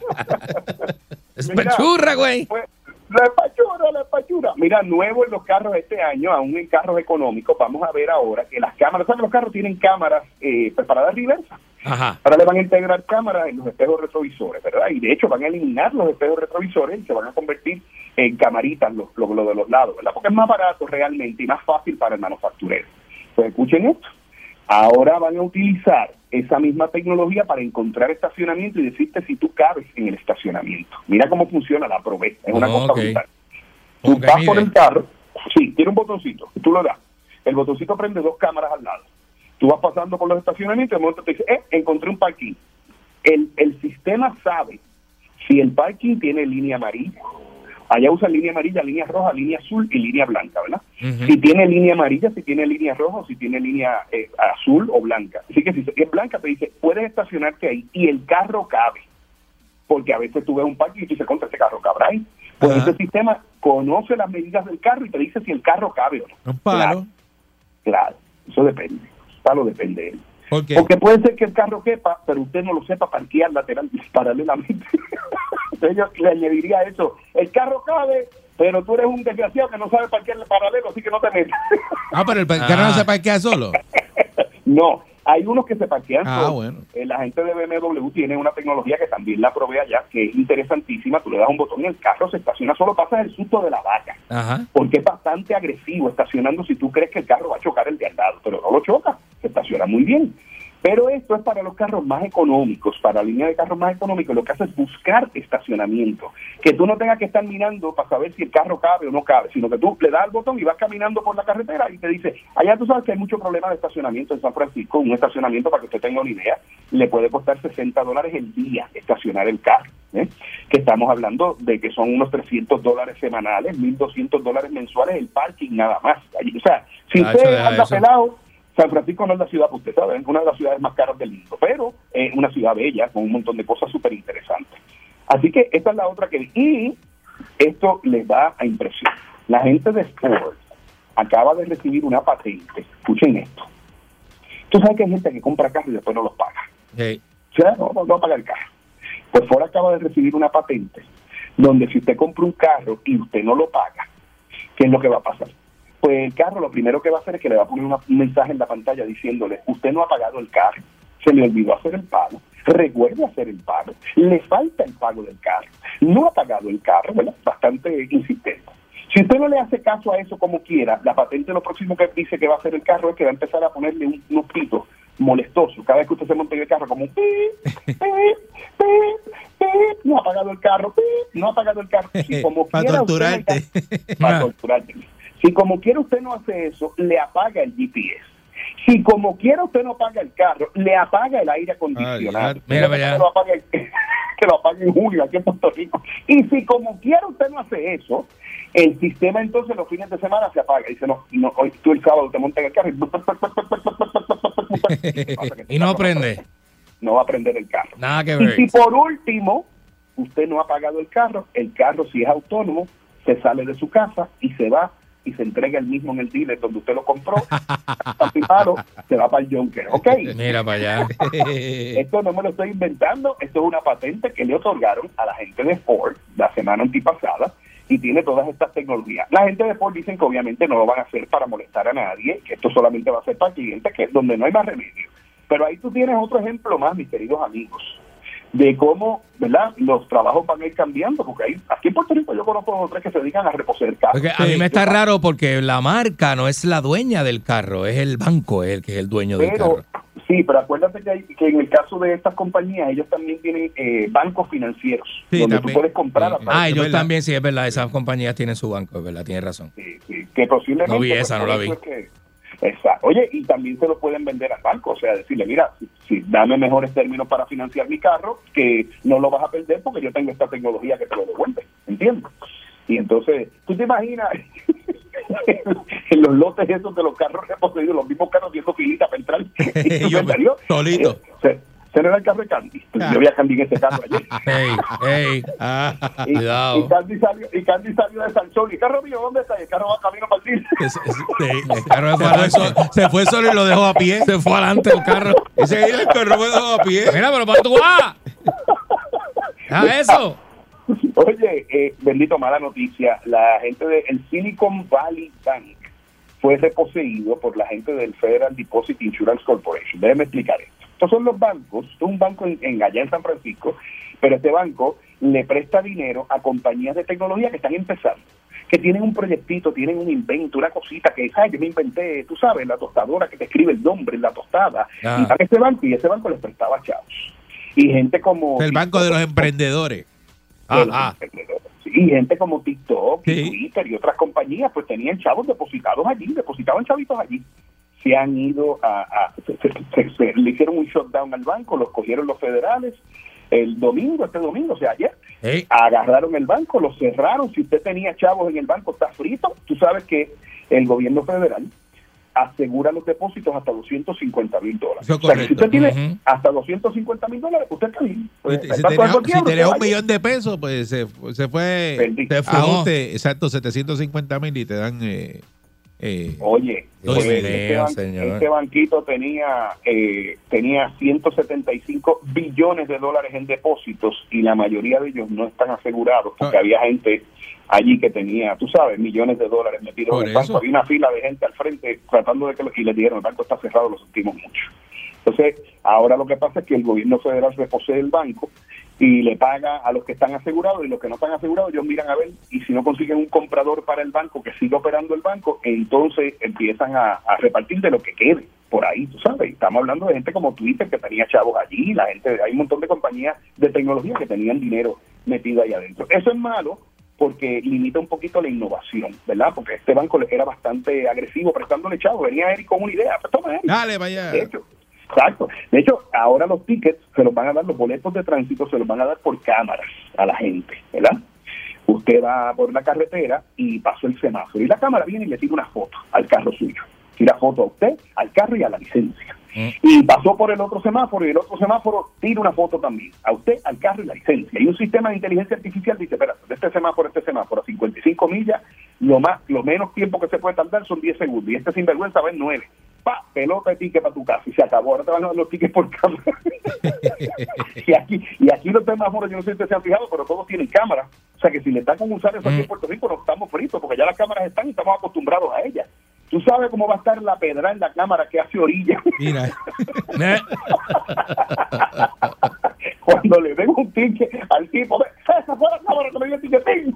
¡Espachurra, güey! Pues, la espachura. Mira, nuevo en los carros este año, aún en carros económicos, vamos a ver ahora que las cámaras, ¿sabes? Los carros tienen cámaras preparadas reversa. Ajá. Ahora le van a integrar cámaras en los espejos retrovisores, ¿verdad? Y de hecho van a eliminar los espejos retrovisores y se van a convertir en camaritas los de los lados, ¿verdad? Porque es más barato realmente y más fácil para el manufacturero. Pues escuchen esto. Ahora van a utilizar esa misma tecnología para encontrar estacionamiento y decirte si tú cabes en el estacionamiento. Mira cómo funciona, la probé. Es una cosa brutal. Tú Ok, vas por mire. el carro, sí, tiene un botoncito, tú lo das. El botoncito prende 2 cámaras al lado. Tú vas pasando por los estacionamientos y de momento te dice, encontré un parking. El sistema sabe si el parking tiene línea amarilla. Allá usa línea amarilla, línea roja, línea azul y línea blanca, ¿verdad? Ujú. Si tiene línea amarilla, si tiene línea roja, o si tiene línea azul o blanca. Así que si es blanca, te dice, puedes estacionarte ahí y el carro cabe. Porque a veces tú ves un parking y tú dices, contra, este carro cabrá ahí. Pues Ajá. ese sistema conoce las medidas del carro y te dice si el carro cabe o no. Un palo. Claro, eso depende. Palo depende de él. ¿Por qué? Porque puede ser que el carro quepa, pero usted no lo sepa parquear paralelamente. Entonces yo le añadiría eso. El carro cabe, pero tú eres un desgraciado que no sabe parquear paralelo, así que no te metas. Pero el carro no se parquea solo. No, hay unos que se parquean solos. Bueno. La gente de BMW tiene una tecnología que también la probé allá, que es interesantísima. Tú le das un botón y el carro se estaciona, solo pasas el susto de la vaca. Ajá. Porque es bastante agresivo estacionando si tú crees que el carro va a chocar el de al lado, pero no lo choca, se estaciona muy bien. Pero esto es para los carros más económicos, para la línea de carros más económicos. Lo que hace es buscar estacionamiento, que tú no tengas que estar mirando para saber si el carro cabe o no cabe, sino que tú le das el botón y vas caminando por la carretera y te dice, allá tú sabes que hay mucho problema de estacionamiento en San Francisco. Un estacionamiento, para que usted tenga una idea, le puede costar $60 el día estacionar el carro, ¿eh? Que estamos hablando de que son unos $300 semanales, $1,200 mensuales el parking nada más. O sea, si usted anda pelado, San Francisco no es la ciudad que usted sabe, es una de las ciudades más caras del mundo, pero es una ciudad bella, con un montón de cosas súper interesantes. Así que esta es la otra que... Y esto les da a impresión. La gente de Ford acaba de recibir una patente. Escuchen esto. Tú sabes que hay gente que compra carros y después no los paga. Sí. O sea, no va a pagar el carro. Pues Ford acaba de recibir una patente donde si usted compra un carro y usted no lo paga, ¿qué es lo que va a pasar? Pues el carro lo primero que va a hacer es que le va a poner un mensaje en la pantalla diciéndole, usted no ha pagado el carro, se le olvidó hacer el pago, recuerde hacer el pago, le falta el pago del carro, no ha pagado el carro, ¿verdad? Bastante insistente. Si usted no le hace caso a eso como quiera, la patente lo próximo que dice que va a hacer el carro es que va a empezar a ponerle unos pitos molestosos. Cada vez que usted se monte en el carro, como un no ha pagado el carro, no ha pagado el carro. Si como Para quiera torturarte. Para torturarte. Si como quiera usted no hace eso, le apaga el GPS. Si como quiera usted no paga el carro, le apaga el aire acondicionado. Mira, mira. Que lo apague en julio aquí en Puerto Rico. Y si como quiera usted no hace eso, el sistema entonces los fines de semana se apaga. Dice, no, hoy tú el sábado te montas en el carro Y no prende. No va a prender el carro. Nada que Y ver. si por último usted no ha pagado el carro si es autónomo, se sale de su casa y se va y se entrega el mismo en el dealer donde usted lo compró, está firmado, se va para el Junker, ¿ok? Mira para allá. Esto no me lo estoy inventando, esto es una patente que le otorgaron a la gente de Ford la semana antipasada y tiene todas estas tecnologías. La gente de Ford dicen que obviamente no lo van a hacer para molestar a nadie, que esto solamente va a ser para clientes, que es donde no hay más remedio. Pero ahí tú tienes otro ejemplo más, mis queridos amigos, de cómo, ¿verdad?, los trabajos van a ir cambiando, porque aquí en Puerto Rico yo conozco a otros que se dedican a reposer carros. Porque a mí me está raro porque la marca no es la dueña del carro, es el banco el que es el dueño del carro. Sí, pero acuérdate que en el caso de estas compañías, ellos también tienen bancos financieros, sí, donde también tú puedes comprar. Ellos también, sí, es verdad, esas compañías tienen su banco, es verdad, tienes razón. Sí, que posiblemente... No vi esa, no la vi. Exacto. Oye, y también se lo pueden vender al banco, o sea, decirle, mira, si dame mejores términos para financiar mi carro, que no lo vas a perder porque yo tengo esta tecnología que te lo devuelve, ¿entiendes? Y entonces, ¿tú te imaginas en los lotes esos de los carros reposeídos, los mismos carros haciendo filita para entrar? Yo solito. Se era el carro de Candy. Yo vi a Candy en ese carro ayer. Ey, cuidado. Y Candy salió de Sanchón. ¿Y carro mío dónde está? El carro va camino para el El carro se fue solo y lo dejó a pie. Se fue adelante el carro. Ese el carro lo dejó a pie. Mira, pero ¿para tú vas? ¿Ah, eso? Oye, bendito, mala noticia. La gente del Silicon Valley Bank fue reposeído por la gente del Federal Deposit Insurance Corporation. Déjeme explicar esto. Estos son los bancos, esto es un banco allá en San Francisco, pero este banco le presta dinero a compañías de tecnología que están empezando, que tienen un proyectito, tienen un invento, una cosita que, ¿sabes? Yo me inventé, tú sabes, la tostadora que te escribe el nombre en la tostada. Y a ese banco, y ese banco les prestaba chavos. Y gente como... El banco de los emprendedores. Y gente como TikTok y Twitter y otras compañías, pues tenían chavos depositaban chavitos allí. Se han ido le hicieron un shutdown al banco, los cogieron los federales este domingo, o sea, ayer. Agarraron el banco, lo cerraron. Si usted tenía chavos en el banco, está frito. Tú sabes que el gobierno federal asegura los depósitos hasta $250,000. O sea, si usted tiene hasta $250,000, usted está bien. Pues, si tenía $1 millón de pesos, pues se fue a usted, exacto, 750,000 y te dan... Oye, pues, este banquito tenía 175 billones de dólares en depósitos y la mayoría de ellos no están asegurados porque había gente allí que tenía, tú sabes, millones de dólares metidos en el banco. Había una fila de gente al frente tratando de y les dijeron, el banco está cerrado, lo sentimos mucho. Entonces, ahora lo que pasa es que el gobierno federal reposee el banco y le paga a los que están asegurados, y los que no están asegurados ellos miran a ver, y si no consiguen un comprador para el banco que siga operando el banco, entonces empiezan a repartir de lo que quede por ahí, tú sabes. Estamos hablando de gente como Twitter que tenía chavos allí, la gente, hay un montón de compañías de tecnología que tenían dinero metido ahí adentro. Eso es malo porque limita un poquito la innovación, ¿verdad? Porque este banco era bastante agresivo prestándole chavos. Venía Eric con una idea, pues toma, Eric. Dale, vaya. Exacto. De hecho, ahora los tickets se los van a dar, los boletos de tránsito se los van a dar por cámaras a la gente, ¿verdad? Usted va por la carretera y pasó el semáforo y la cámara viene y le tira una foto al carro suyo. Tira foto a usted, al carro y a la licencia. Y pasó por el otro semáforo y el otro semáforo tira una foto también a usted, al carro y la licencia. Y un sistema de inteligencia artificial dice, espera, de este semáforo a 55 millas, lo menos tiempo que se puede tardar son 10 segundos. Y este sinvergüenza va en 9. Pelota de ticket para tu casa y se acabó. Ahora te van a dar los tickets por cámara. y aquí los semáforos, yo no sé si ustedes se han fijado, pero todos tienen cámaras. O sea que si le están con usar eso aquí en Puerto Rico, no estamos fritos, porque ya las cámaras están y estamos acostumbrados a ellas. ¿Tú sabes cómo va a estar la pedra en la cámara que hace orilla? Mira. Cuando le den un ticket al tipo, esa fue la cámara que me dio el ticketín.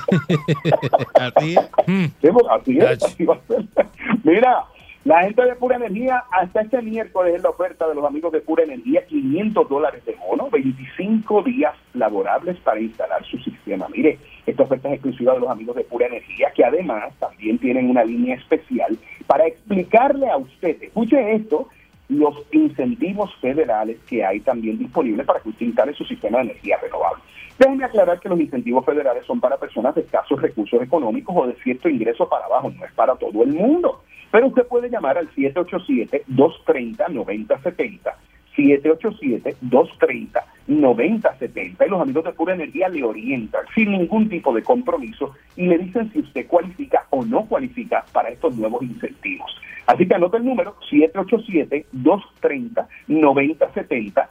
Así va a ser. Mira, la gente de Pura Energía, hasta este miércoles es la oferta de los amigos de Pura Energía, $500 de bono, 25 días laborables para instalar su sistema. Mire, esta oferta es exclusiva de los amigos de Pura Energía, que además también tienen una línea especial para explicarle a usted, escuche esto, los incentivos federales que hay también disponibles para que usted instale su sistema de energía renovable. Déjenme aclarar que los incentivos federales son para personas de escasos recursos económicos o de cierto ingreso para abajo, no es para todo el mundo. Pero usted puede llamar al 787-230-9070, 787-230-9070, y los amigos de Pura Energía le orientan sin ningún tipo de compromiso y le dicen si usted cualifica o no cualifica para estos nuevos incentivos. Así que anota el número 787-230-9070,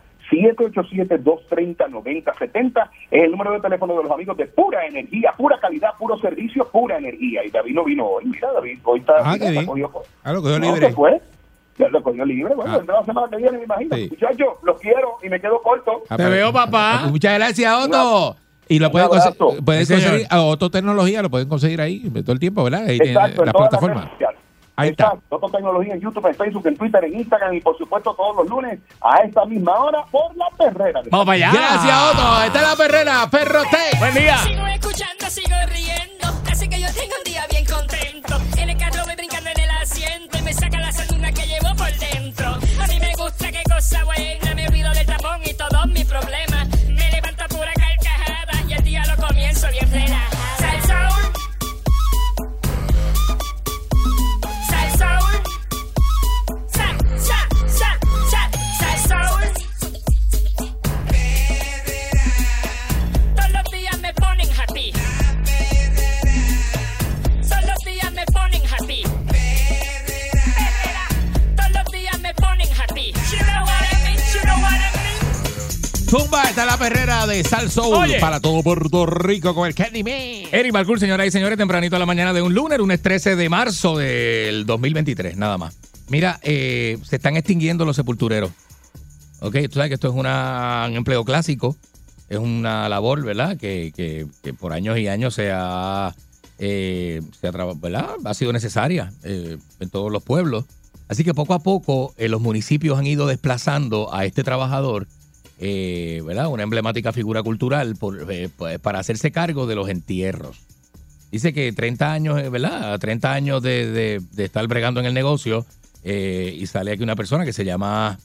787-230-9070 es el número de teléfono de los amigos de Pura Energía, pura calidad, puro servicio, Pura Energía. Y David no vino hoy. Mira, David, hoy está... lo cogió libre. ¿Qué fue? Ya lo cogió libre. Bueno, vendrá la semana que viene, me imagino. Sí. Muchachos, los quiero y me quedo corto. Te veo, papá. Muchas gracias, Otto. Y lo pueden conseguir a Otto Tecnología, lo pueden conseguir ahí todo el tiempo, ¿verdad? Ahí exacto, en la plataforma. Ahí está. Otto Tecnología en YouTube, en Facebook, en Twitter, en Instagram y por supuesto todos los lunes a esta misma hora por La Perrera. ¡Vamos para allá! Gracias, Otto. Esta es La Perrera. Perrote. Buen día. Sigo escuchando, sigo riendo. Así que yo tengo un día bien contento. En el carro voy brincando en el asiento y me saca la sanduna que llevo por dentro. A mí me gusta, qué cosa buena. Me olvido del tapón y todos mis problemas. Me levanto pura carcajada y el día lo comienzo bien relajada. Salsoul. Salsoul. Zumba, está en la perrera de Sal Soul Oye. para todo Puerto Rico con el Candyman. Eric Balcour, señoras y señores, tempranito a la mañana de un lunes 13 de marzo del 2023, nada más. Mira, se están extinguiendo los sepultureros. Ok, tú sabes que esto es un empleo clásico, es una labor, ¿verdad? Que por años y años ¿verdad? Ha sido necesaria en todos los pueblos. Así que poco a poco los municipios han ido desplazando a este trabajador, ¿verdad? Una emblemática figura cultural para hacerse cargo de los entierros. Dice que 30 años, ¿verdad? 30 años de estar bregando en el negocio y sale aquí una persona que se llama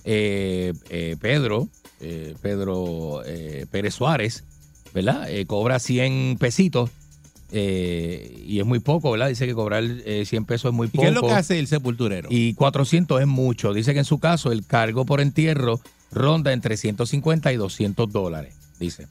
Pedro Pérez Suárez, ¿verdad? Cobra 100 pesitos y es muy poco, ¿verdad? Dice que cobrar 100 pesos es muy poco. ¿Y qué es lo que hace el sepulturero? Y 400 es mucho. Dice que en su caso el cargo por entierro ronda entre $150 y $200, dice.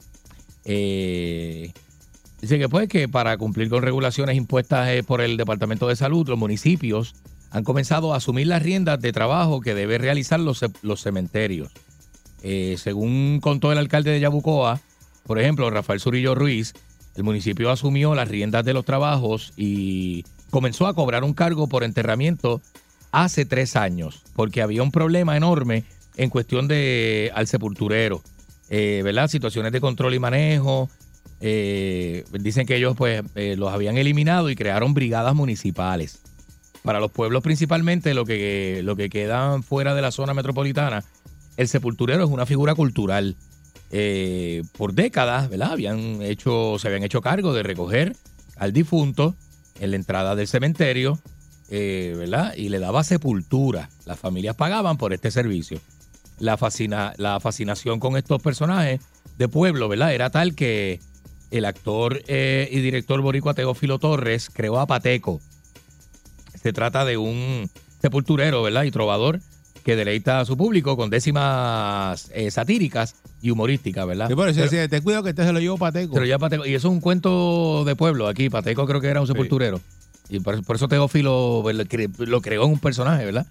Dice que pues que para cumplir con regulaciones impuestas por el Departamento de Salud, los municipios han comenzado a asumir las riendas de trabajo que debe realizar los cementerios. Según contó el alcalde de Yabucoa, por ejemplo, Rafael Zurillo Ruiz, el municipio asumió las riendas de los trabajos y comenzó a cobrar un cargo por enterramiento hace 3 años, porque había un problema enorme en cuestión al sepulturero, ¿verdad? Situaciones de control y manejo. Dicen que ellos pues los habían eliminado y crearon brigadas municipales. Para los pueblos principalmente, lo que quedan fuera de la zona metropolitana, el sepulturero es una figura cultural. Por décadas, ¿verdad? Se habían hecho cargo de recoger al difunto en la entrada del cementerio, ¿verdad? Y le daba sepultura. Las familias pagaban por este servicio. La fascinación con estos personajes de pueblo, ¿verdad? Era tal que el actor y director boricua Teófilo Torres creó a Pateco. Se trata de un sepulturero, ¿verdad? Y trovador que deleita a su público con décimas satíricas y humorísticas, ¿verdad? Sí, por eso decía, ten cuidado que este se lo llevó Pateco. Y eso es un cuento de pueblo aquí. Pateco creo que era un sepulturero. Sí. Y por eso Teófilo lo creó en un personaje, ¿verdad?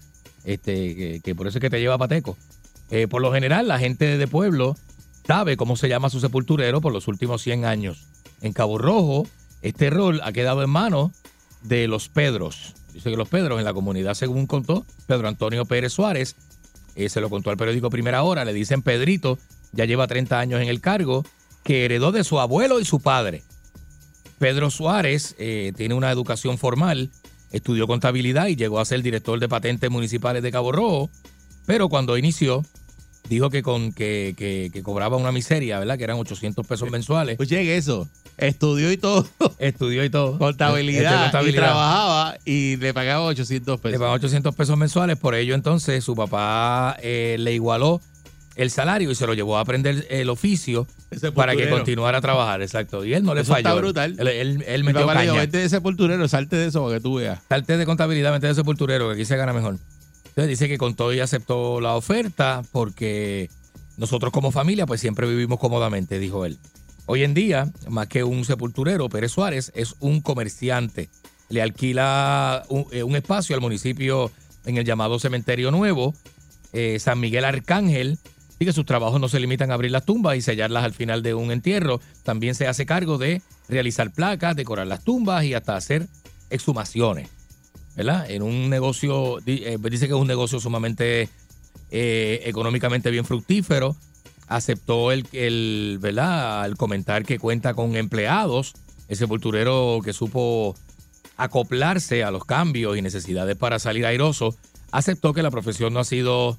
Que por eso es que te lleva Pateco. Por lo general, la gente de pueblo sabe cómo se llama su sepulturero por los últimos 100 años. En Cabo Rojo, este rol ha quedado en manos de los Pedros. Dice que los Pedros en la comunidad, según contó Pedro Antonio Pérez Suárez, se lo contó al periódico Primera Hora, le dicen Pedrito, ya lleva 30 años en el cargo, que heredó de su abuelo y su padre. Pedro Suárez tiene una educación formal, estudió contabilidad y llegó a ser director de patentes municipales de Cabo Rojo, pero cuando inició, dijo que cobraba una miseria, ¿verdad? Que eran 800 pesos mensuales. Pues llegue eso. Estudió y todo. Contabilidad. Y trabajaba y le pagaba 800 pesos. Le pagaba 800 pesos mensuales. Por ello, entonces, su papá le igualó el salario y se lo llevó a aprender el oficio para que continuara a trabajar. Exacto. Y él no le falló. Está brutal. Él metió caña. Vete de sepulturero, salte de eso para que tú veas. Salte de contabilidad, vete de sepulturero, que aquí se gana mejor. Entonces dice que contó y aceptó la oferta porque nosotros como familia pues siempre vivimos cómodamente, dijo él. Hoy en día, más que un sepulturero, Pérez Suárez es un comerciante. Le alquila un espacio al municipio en el llamado Cementerio Nuevo, San Miguel Arcángel, y que sus trabajos no se limitan a abrir las tumbas y sellarlas al final de un entierro. También se hace cargo de realizar placas, decorar las tumbas y hasta hacer exhumaciones, ¿verdad? En un negocio, dice que es un negocio sumamente económicamente bien fructífero. Aceptó ¿verdad? Al comentar que cuenta con empleados, el sepulturero que supo acoplarse a los cambios y necesidades para salir airoso, aceptó que la profesión no ha sido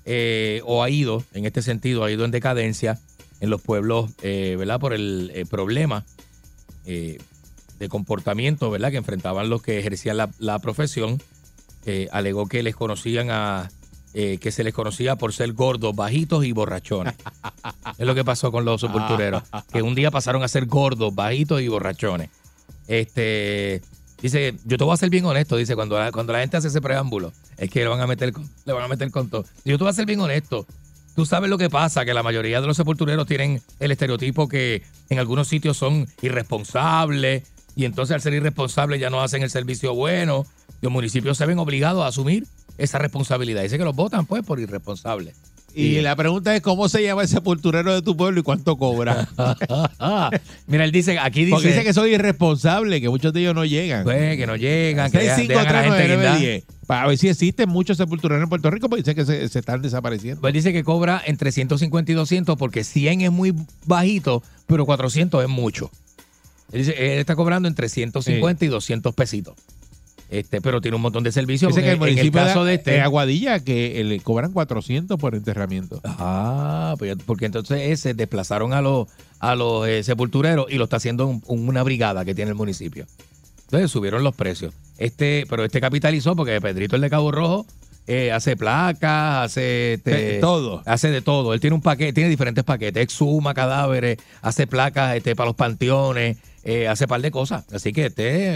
o ha ido, en este sentido, ha ido en decadencia en los pueblos, ¿verdad? Por el problema de comportamiento, ¿verdad? Que enfrentaban los que ejercían la profesión. Alegó que que se les conocía por ser gordos, bajitos y borrachones. Es lo que pasó con los sepultureros, que un día pasaron a ser gordos, bajitos y borrachones. Dice, yo te voy a ser bien honesto, dice, cuando la gente hace ese preámbulo, es que le van a meter con todo. Yo te voy a ser bien honesto. Tú sabes lo que pasa, que la mayoría de los sepultureros tienen el estereotipo que en algunos sitios son irresponsables y entonces al ser irresponsables ya no hacen el servicio bueno. Los municipios se ven obligados a asumir esa responsabilidad. Dice que los votan pues por irresponsables. Y la pregunta es, ¿cómo se llama el sepulturero de tu pueblo y cuánto cobra? Mira, él dice, aquí dice... Porque dice que soy irresponsable, que muchos de ellos no llegan. Pues, que no llegan, que 6, 5, dejan a la 3, gente 9, guindar. 10. Para ver si existen muchos sepultureros en Puerto Rico, porque dice que se están desapareciendo. Pues dice que cobra entre 150 y 200 porque 100 es muy bajito, pero 400 es mucho. Él dice, él está cobrando entre 150 y 200 pesitos. Pero tiene un montón de servicios. Dice que el En el municipio caso de Aguadilla, que le cobran 400 por enterramiento. Pues porque entonces se desplazaron a los sepultureros y lo está haciendo una brigada que tiene el municipio. Entonces subieron los precios. Pero capitalizó porque Pedrito, el de Cabo Rojo, hace placas, hace todo. Hace de todo. Él tiene un paquete, tiene diferentes paquetes, exhuma cadáveres, hace placas para los panteones, hace par de cosas. Así que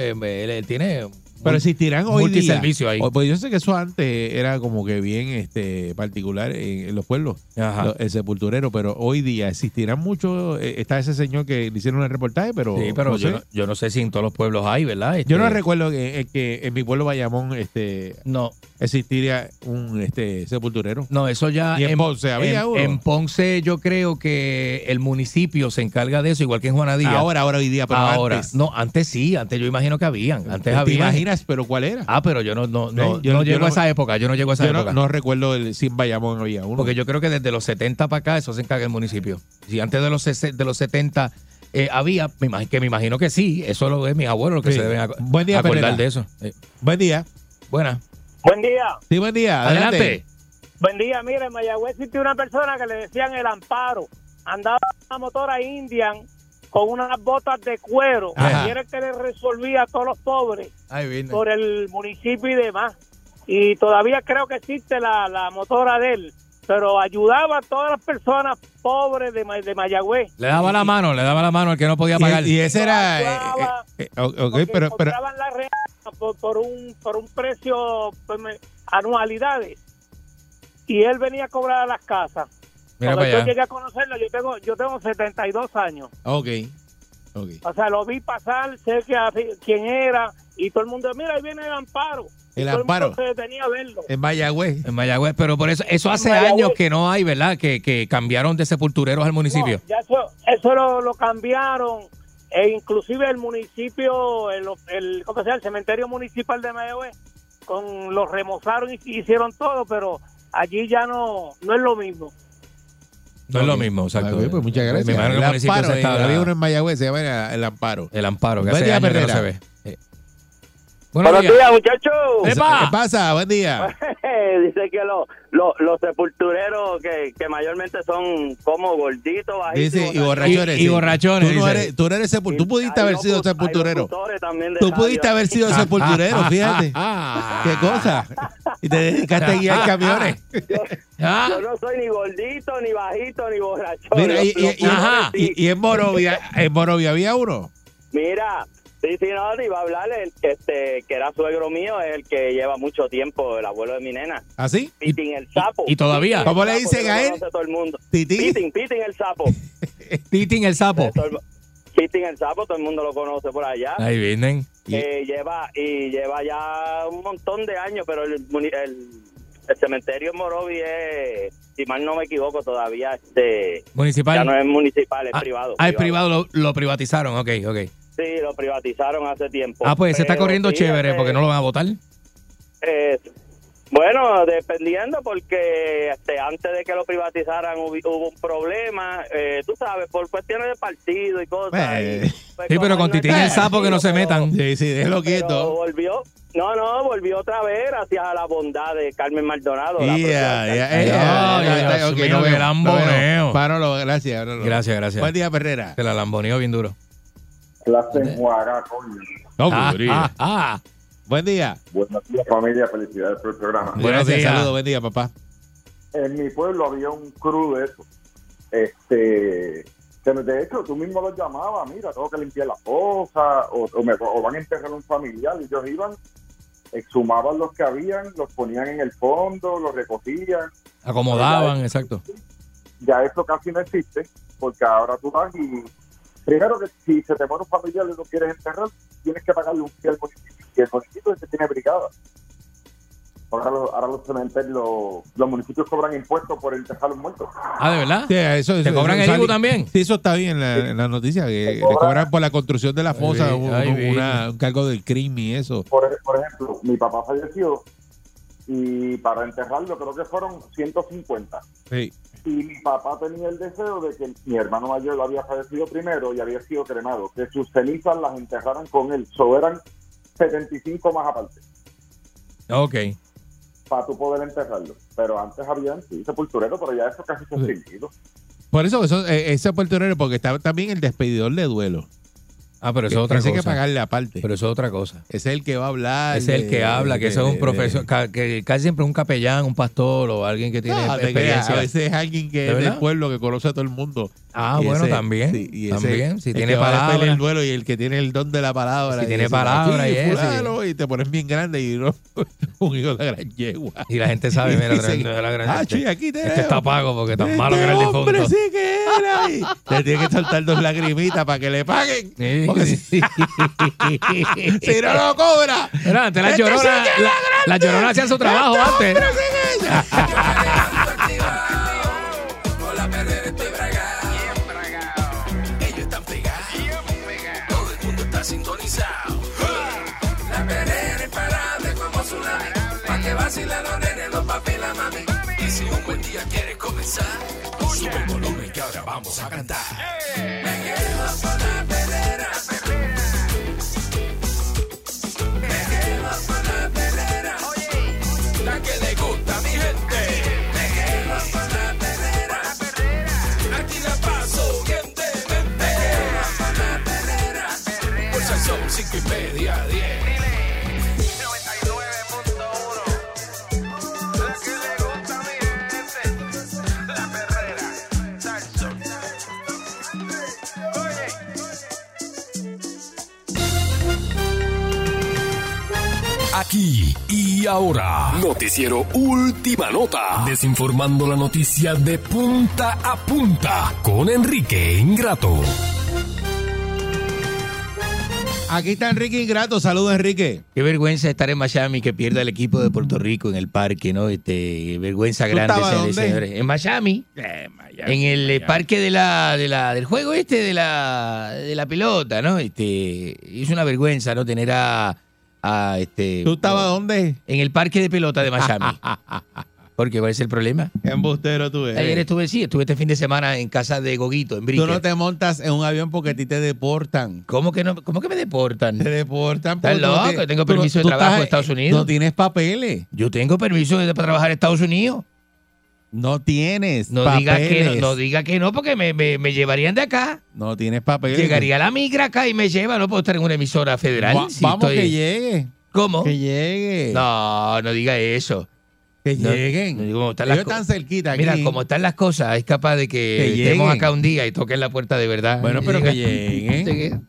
él tiene... Pero existirán hoy día. Multiservicio ahí. Pues yo sé que eso antes era como que bien particular en los pueblos, el sepulturero, pero hoy día existirán muchos. Está ese señor que le hicieron un reportaje, pero. Sí, pero no sé. yo no sé si en todos los pueblos hay, ¿verdad? Yo no recuerdo que en mi pueblo Bayamón no existiría un sepulturero. No, eso ya. Y en Ponce había uno. En Ponce yo creo que el municipio se encarga de eso, igual que en Juanadía. Ahora hoy día, pero antes. No, antes sí, antes yo imagino que habían. Antes ¿Te había. imaginas? Pero ¿cuál era? Pero yo no llego a esa época. Yo no llego a esa época. No recuerdo si en Bayamón había uno. Porque yo creo que desde los 70 para acá eso se encarga el municipio. Si antes de los 70 había, me imagino que sí. Eso lo es mis abuelos los que se deben Buen día, acordar Pereira. de eso. Buen día. Buena. Buen día. Sí, buen día. Adelante. Buen día. Mire, en Mayagüez existía una persona que le decían el Amparo. Andaba en una motora Indian con unas botas de cuero. Ajá. Y era el que le resolvía a todos los pobres Ahí viene. por el municipio y demás. Y todavía creo que existe la motora de él. Pero ayudaba a todas las personas pobres de Mayagüez. Le daba la mano al que no podía pagar. Y ese era. Porque pero. compraban la real por un precio anualidades. Y él venía a cobrar a las casas. Mira Cuando para yo allá. llegué a conocerlo, yo tengo 72 años. Ok. O sea, lo vi pasar, sé quién era, y todo el mundo, mira, ahí viene el Amparo. El Y todo Amparo. mundo se detenía a verlo. En Mayagüez. En Mayagüez, pero por eso hace Mayagüez. años que no hay, ¿verdad? Que cambiaron de sepultureros al municipio. No, ya eso lo cambiaron, e inclusive el municipio, ¿cómo se llama? El cementerio municipal de Mayagüez, lo remozaron y hicieron todo, pero allí ya no es lo mismo. No es lo mismo, exacto. Pues muchas gracias. Me imagino que el municipio Amparo, se está- había uno en Mayagüez, se llama el Amparo. El Amparo, que Buen hace día, años que no Perrera. se ve. Buenos días, muchachos. ¿Qué pasa? Buen día. Dice que los sepultureros que mayormente son como gorditos, bajitos. Dice, y borrachones. Y borrachones, Tú no dice. eres sepulturero. Tú pudiste haber sido sepulturero. También de Tú radio. pudiste haber sido sepulturero, fíjate. Qué cosa. Y te dedicaste a guiar camiones. Yo no soy ni gordito, ni bajito, ni borracho. Mira, Ajá. y en Morovia había uno. Mira, sí, no, te iba a hablar, que era suegro mío, es el que lleva mucho tiempo, el abuelo de mi nena. ¿Así? Pitín el sapo. y todavía? Pitín el ¿Cómo le sapo, dicen que lo a él? conoce todo el mundo. ¿Tití? Pitín el sapo. Titín el sapo. Pitín el sapo, todo el mundo lo conoce por allá. Ahí vienen. Lleva ya un montón de años, pero el cementerio en Morovi es, si mal no me equivoco, todavía Municipal. ya no es municipal, es privado. Ah, es privado, lo privatizaron, ok. Sí, lo privatizaron hace tiempo. Pues se está Pero corriendo fíjate, chévere porque no lo van a votar. Bueno, dependiendo, porque antes de que lo privatizaran hubo un problema, tú sabes, por cuestiones de partido y cosas. Sí, pero con Titín el sapo que no se metan. Sí, déjelo quieto. Volvió otra vez gracias a la bondad de Carmen Maldonado. Qué lamboneo. Páralo, gracias. Gracias. Buen día, Perrera. Se la lamboneó bien duro. Clase en Juará, coño. Buen día. Buenos días, familia. Felicidades por el programa. Buenos días. Saludos, buen día, papá. En mi pueblo había un crew de eso. Que de hecho tú mismo los llamabas, mira, tengo que limpiar la fosa o van a enterrar a un familiar, y ellos iban, exhumaban los que habían, los ponían en el fondo, los recogían. Acomodaban, exacto. Ya esto casi no existe, porque ahora tú vas y primero que si se te muere un familiar y lo quieres enterrar, tienes que pagarle un fee al municipio, y el municipio es el que tiene brigada. Ahora los cementerios, los municipios cobran impuestos por enterrar a los muertos. Ah, ¿de verdad? Sí, eso, ¿Te cobran el IBU también? Sí, eso está bien en la noticia, que le cobran por la construcción de la fosa un cargo del crimen y eso. Por ejemplo, mi papá falleció y para enterrarlo creo que fueron 150. Sí. Y mi papá tenía el deseo de que mi hermano mayor había fallecido primero y había sido cremado, que sus cenizas las enterraran con él. So eran 75 más aparte. Ok. Para tú poder enterrarlo. Pero antes habían, sí, sepultureros, pero ya eso casi se ha extinguido. Por eso, ese sepulturero, porque está también el despedidor de duelo. Ah, pero eso es otra cosa. Ese hay que pagarle aparte. Pero eso es otra cosa. Ese es el que va a hablar. Ese es el que habla, que eso es un profesor, que casi siempre es un capellán, un pastor o alguien que tiene experiencia. A veces es alguien que es del pueblo, que conoce a todo el mundo. Ah, y bueno, ese, también. Sí, y también, si tiene palabra. el duelo y el que tiene el don de la palabra. Si tiene palabra y eso. Y te pones bien grande y no, un hijo de la gran yegua. Y la gente sabe, mira, de la gran aquí tenemos. Este está pago porque tan malo que era el difunto. Hombre, sí que era ahí. Le tiene que soltar 2 lagrimitas para que le paguen. Sí. Si no lo cobra. Mira, antes las lloronas hacían su trabajo antes. Con la perrera estoy bragado. Ellos están pegados. Todo el mundo está sintonizado. La perrera imparable como tsunami. Pa' que vacilan los nenes, los papi y la mami. Y si un buen día quieres comenzar, sube el volumen que ahora vamos a cantar. Me quedo con la perrera. La que le gusta a mi gente. Me quedo con la perrera. Aquí la paso bien de mente. Me quedo con la perrera. Por son 5:30 a 10. 99.1. La que le gusta a mi gente. La perrera. Salso. Aquí y ahora, noticiero Última Nota, desinformando la noticia de punta a punta con Enrique Ingrato. Aquí está Enrique Ingrato. Saludos, Enrique. Qué vergüenza estar en Miami, que pierda el equipo de Puerto Rico en el parque, ¿no? Vergüenza grande, señores. En Miami. En el parque del juego de la pelota, ¿no? Es una vergüenza, ¿no? Tener ¿Tú estabas dónde? En el parque de pelota de Miami. ¿Por qué? ¿Cuál es el problema? ¿Qué embustero tú eres? Ayer estuve este fin de semana en casa de Goguito, en Brickell. Tú no te montas en un avión porque a ti te deportan. ¿Cómo que no? ¿Cómo que me deportan? Te deportan. ¿Estás loco? Tengo permiso de trabajo en Estados Unidos. No tienes papeles. Yo tengo permiso para trabajar en Estados Unidos. No tienes papeles. No diga que no, porque me llevarían de acá. No tienes papeles. Llegaría la migra acá y me lleva. No puedo estar en una emisora federal. Vamos, que llegue. ¿Cómo? Que llegue. No diga eso. Que lleguen. Ellos están cerquita aquí. Mira, como están las cosas, es capaz de que estemos acá un día y toquen la puerta de verdad. Bueno, pero que lleguen.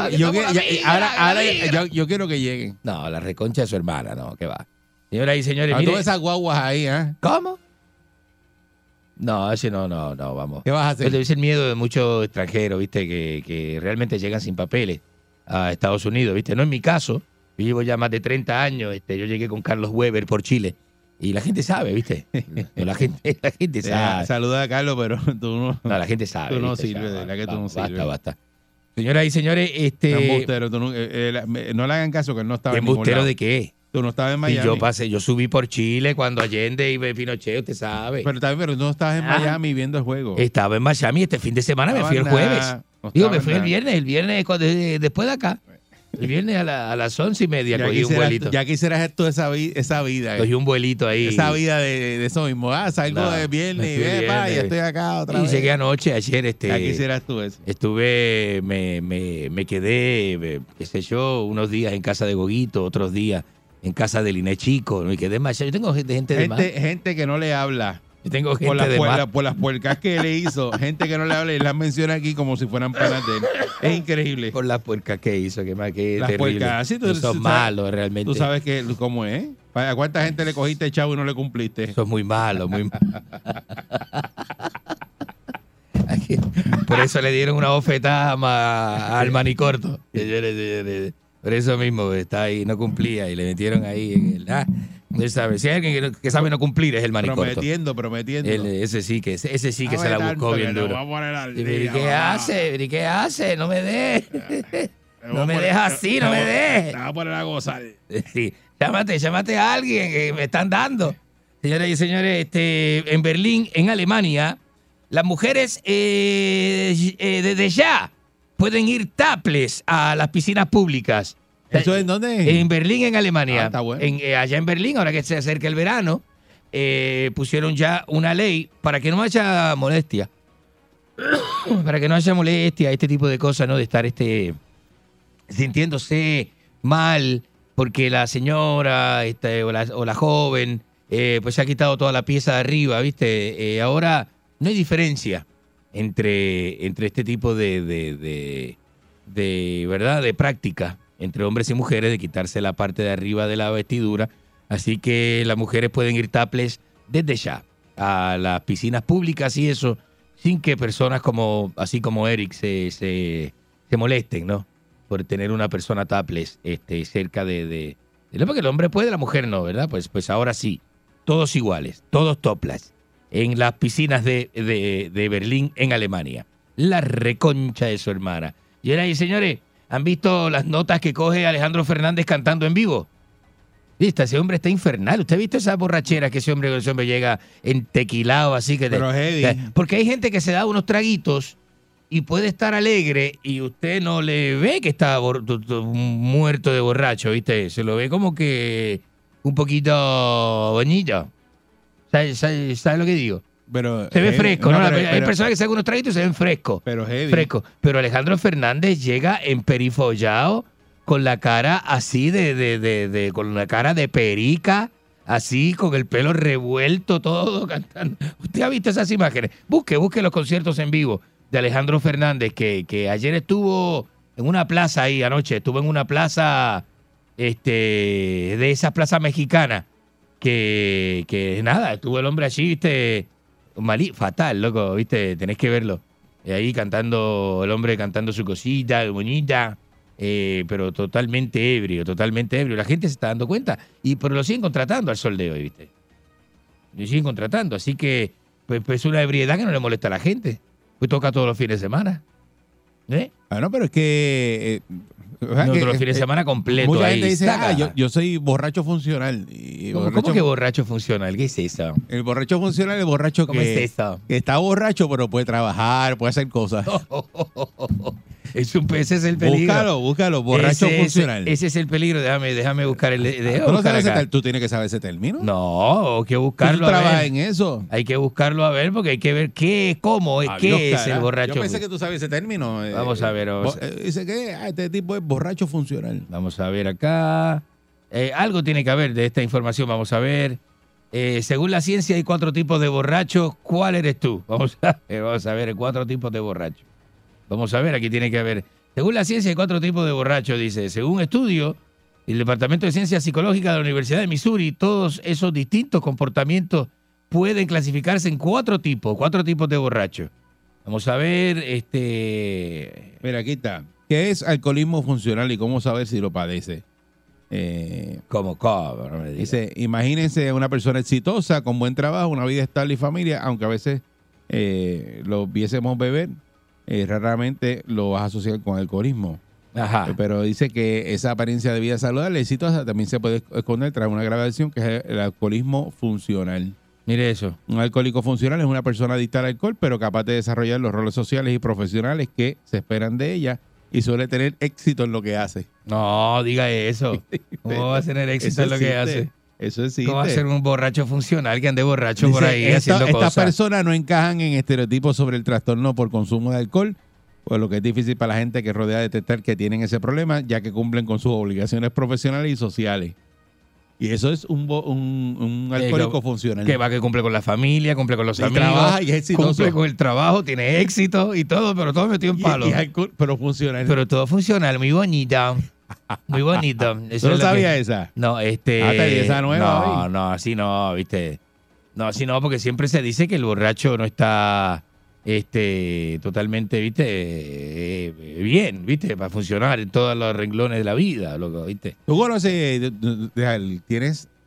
Yo quiero que lleguen. No, la reconcha de su hermana, no, que va. Señoras y señores, mire. Todas esas guaguas ahí, ¿eh? ¿Cómo? No, así no, vamos. ¿Qué vas a hacer? Es el miedo de muchos extranjeros, ¿viste? Que realmente llegan sin papeles a Estados Unidos, ¿viste? No es mi caso. Yo llevo ya más de 30 años. Yo llegué con Carlos Weber por Chile. Y la gente sabe, ¿viste? La gente sabe. Saluda a Carlos, pero tú no. No, la gente sabe. Tú no sirves, de la que tú no sirves. Basta. Señoras y señores, embustero, no le hagan caso que él no estaba en ningún lado. ¿Embustero de qué? Tú no estabas en Miami. Yo subí por Chile cuando Allende y Pinochet, usted sabe. Pero tú no estabas en Miami viendo el juego. Estaba en Miami este fin de semana, me fui el jueves. Me fui el viernes después de acá. El viernes a las 11:30 cogí un vuelito. Ya quisieras esto esa vida. Cogí un vuelito ahí. Esa vida de eso mismo. Salgo de viernes y estoy acá otra vez. Y llegué anoche, ayer. Ya quisieras tú eso. Estuve, me quedé, qué sé yo, unos días en casa de Goguito, otros días en casa del Inés Chico. Me quedé más. Yo tengo gente de más. Gente que no le habla. Yo tengo gente de más. Por las puercas que le hizo. Gente que no le habla y las menciona aquí como si fueran panas de él. Es increíble. Por las puercas que hizo, que más que las terrible. Puercas. Sí, son malos realmente. Tú sabes cómo es. ¿A cuánta gente le cogiste chavo y no le cumpliste? Eso es muy malo, muy malo. Por eso le dieron una bofetada al manicorto. Por eso mismo está ahí, no cumplía y le metieron ahí en el... Usted sabe, si hay alguien que sabe no cumplir es el manicorto. Prometiendo. Ese sí que se la buscó bien duro. ¿Y qué hace? ¿Y qué hace? No me dejes. No me dejes así, no me dejes. Te voy a poner a gozar. Sí. Llámate a alguien que me están dando. Señoras y señores, en Berlín, en Alemania, las mujeres desde ya pueden ir topless a las piscinas públicas. ¿Eso en dónde? En Berlín, en Alemania. Está bueno. Allá en Berlín, ahora que se acerca el verano, pusieron ya una ley para que no haya molestia. Para que no haya molestia, este tipo de cosas, ¿no? De estar sintiéndose mal porque la señora o la joven pues se ha quitado toda la pieza de arriba, ¿viste? Ahora no hay diferencia entre este tipo de ¿verdad? De práctica entre hombres y mujeres de quitarse la parte de arriba de la vestidura. Así que las mujeres pueden ir topless desde ya a las piscinas públicas y eso, sin que personas así como Eric se molesten, ¿no? Por tener una persona topless cerca de porque el hombre puede, la mujer no, ¿verdad? Pues ahora sí, todos iguales, todos topless en las piscinas de Berlín, en Alemania. La reconcha de su hermana. Y ahora, señores, ¿han visto las notas que coge Alejandro Fernández cantando en vivo? ¿Viste? Ese hombre está infernal. ¿Usted ha visto esa borrachera que ese hombre llega entequilado así? Pero heavy. Porque hay gente que se da unos traguitos y puede estar alegre y usted no le ve que está muerto de borracho, ¿viste? Se lo ve como que un poquito bonito. ¿Sabes lo que digo? Pero se ve fresco, ¿no? Hay pero, personas que se dan unos traguitos y se ven frescos. Pero heavy. Fresco. Pero Alejandro Fernández llega emperifollado con la cara así con la cara de perica, así, con el pelo revuelto, todo cantando. ¿Usted ha visto esas imágenes? Busque los conciertos en vivo de Alejandro Fernández, que ayer estuvo en una plaza ahí, anoche, estuvo en una plaza, de esas plazas mexicanas, que nada, estuvo el hombre allí, ¿viste? Fatal, loco, ¿viste? Tenés que verlo. Ahí cantando, el hombre cantando su cosita, bonita, pero totalmente ebrio. La gente se está dando cuenta, pero lo siguen contratando al sol de hoy, ¿viste? Lo siguen contratando, así que pues es una ebriedad que no le molesta a la gente. Pues toca todos los fines de semana. No, pero es que... todos los fines de semana completo. Mucha ahí, gente dice, saca. yo soy borracho funcional. ¿Cómo que borracho funcional? ¿Qué es eso? El borracho funcional es el borracho ¿Cómo es eso? que está borracho, pero puede trabajar, puede hacer cosas. Ese es el peligro. Búscalo, borracho funcional. Ese es el peligro. Déjame buscar el... ¿Tú tienes que saber ese término? No, hay que buscarlo. ¿Tú trabajas en eso? Hay que buscarlo a ver, porque hay que ver cómo es el borracho. Yo pensé que tú sabes ese término. Vamos a ver. Dice que este tipo es borracho funcional. Vamos a ver acá. Algo tiene que haber de esta información. Vamos a ver. Según la ciencia hay 4 tipos de borrachos. ¿Cuál eres tú? Vamos a ver 4 tipos de borrachos. Vamos a ver, aquí tiene que haber. Según la ciencia hay 4 tipos de borrachos, dice. Según estudio, el Departamento de Ciencias Psicológicas de la Universidad de Missouri, todos esos distintos comportamientos pueden clasificarse en 4 tipos de borrachos. Vamos a ver, Mira, aquí está. ¿Qué es alcoholismo funcional y cómo saber si lo padece? ¿Cómo? No me digas. Dice, imagínense una persona exitosa, con buen trabajo, una vida estable y familia, aunque a veces lo viésemos beber, raramente lo vas a asociar con alcoholismo. Ajá. Pero dice que esa apariencia de vida saludable exitosa también se puede esconder tras una grave adicción, que es el alcoholismo funcional. Mire eso. Un alcohólico funcional es una persona adicta al alcohol, pero capaz de desarrollar los roles sociales y profesionales que se esperan de ella y suele tener éxito en lo que hace. No, diga eso. ¿Cómo va a tener éxito en lo que hace? Eso existe. ¿Cómo va a ser un borracho funcional que ande borracho por ahí haciendo cosas? Estas personas no encajan en estereotipos sobre el trastorno por consumo de alcohol, por lo que es difícil para la gente que rodea detectar que tienen ese problema, ya que cumplen con sus obligaciones profesionales y sociales. Y eso es un alcohólico funcional. Que cumple con la familia, cumple con los amigos. Trabaja y es exitoso. Cumple con el trabajo, tiene éxito y todo, pero todo metido en palo. Pero funcional. Pero todo funcional, muy bonito. Muy bonito. ¿Tú no sabías esa? No, te di esa nueva. No, así no, ¿viste? No, así no, porque siempre se dice que el borracho no está totalmente, ¿viste? Bien, ¿viste? Para funcionar en todos los renglones de la vida, loco, ¿viste? Tú conoces, tienes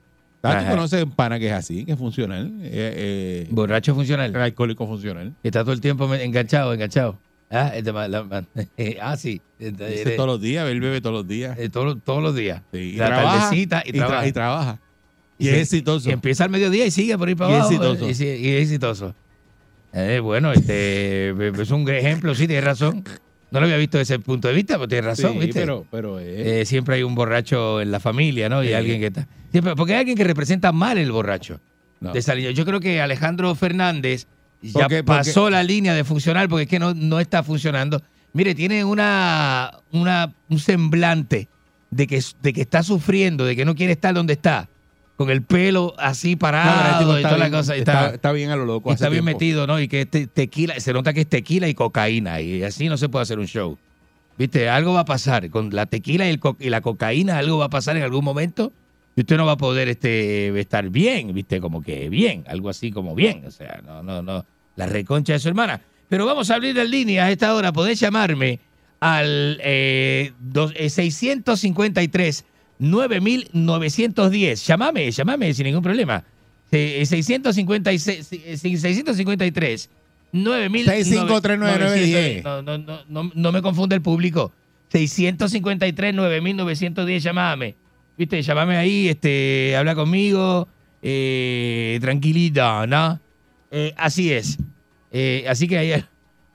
¿Tú Ajá. conoces un pana que es así, que es funcional? Borracho funcional. Alcohólico funcional. Que está todo el tiempo enganchado. Ah, sí. Dice todos los días, él bebe todos los días. Todos los días. Sí, y La trabaja, tardecita y trabaja. y trabaja. Y Sí. es exitoso. Y empieza al mediodía y sigue por ahí para Y es abajo. exitoso. Y es exitoso. Bueno, es un ejemplo, sí, tienes razón. No lo había visto desde ese punto de vista, pero tienes razón, Sí, ¿viste? pero Siempre hay un borracho en la familia, ¿no? Y Sí. alguien que está... Siempre, porque hay alguien que representa mal el borracho. no. De esa línea. Yo creo que Alejandro Fernández ya Porque- pasó la línea de funcionar porque es que no está funcionando. Mire, tiene un semblante de que está sufriendo, de que no quiere estar donde está, con el pelo así No, pero el parado tipo y toda la cosa. está bien a lo loco. Está hace bien tiempo. metido, ¿no? Y que tequila, se nota que es tequila y cocaína, y así no se puede hacer un show. ¿Viste? Algo va a pasar. Con la tequila y la cocaína, algo va a pasar en algún momento y usted no va a poder estar bien, ¿viste? Como que bien, algo así como bien. O sea, no. La reconcha de su hermana. Pero vamos a abrir las líneas a esta hora. Podés llamarme al 653-9910. Llámame sin ningún problema. 653 653-9910. No me confunde el público. 653-9910, llámame. ¿Viste? Llámame ahí, habla conmigo, tranquilita, ¿no? Así es. Así que ahí...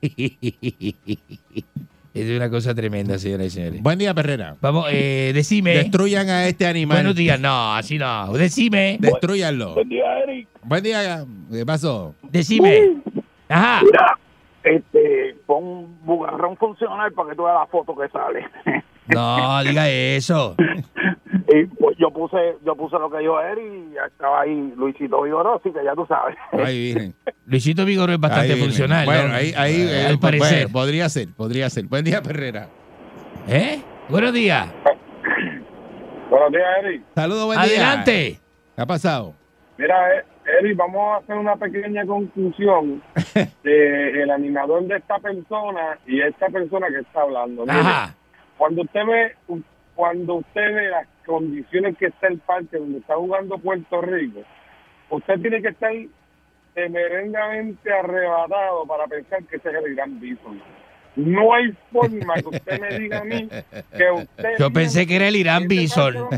Es una cosa tremenda, señoras y señores. Buen día, Perrera. Vamos, decime. Destruyan a este animal. Buenos días. No, así no. Decime. Destruyanlo. Buen día, Eric. Buen día. ¿Qué pasó? Decime. Ajá. Mira, pon un bugarrón funcional para que tú veas la foto que sale. No, diga eso. Y pues yo puse lo que dijo Eric y estaba ahí Luisito Vigoró, así que ya tú sabes. Ahí viene. Luisito Vigoró es bastante Ahí viene. funcional. Bueno, ¿no? ahí al parecer. bueno, podría ser. Buen día, Perrera. Buenos días. Buenos días, Eric. Saludos, buen día. Adelante. ¿Qué ha pasado? Mira, Eric, vamos a hacer una pequeña conclusión del animador de esta persona y esta persona que está hablando. Mire, Ajá. cuando usted ve las condiciones que está el parque donde está jugando Puerto Rico, usted tiene que estar merendamente arrebatado para pensar que ese es el Gran Bison. No hay forma que usted me diga a mí que usted... Yo pensé que era el Irán Bison. O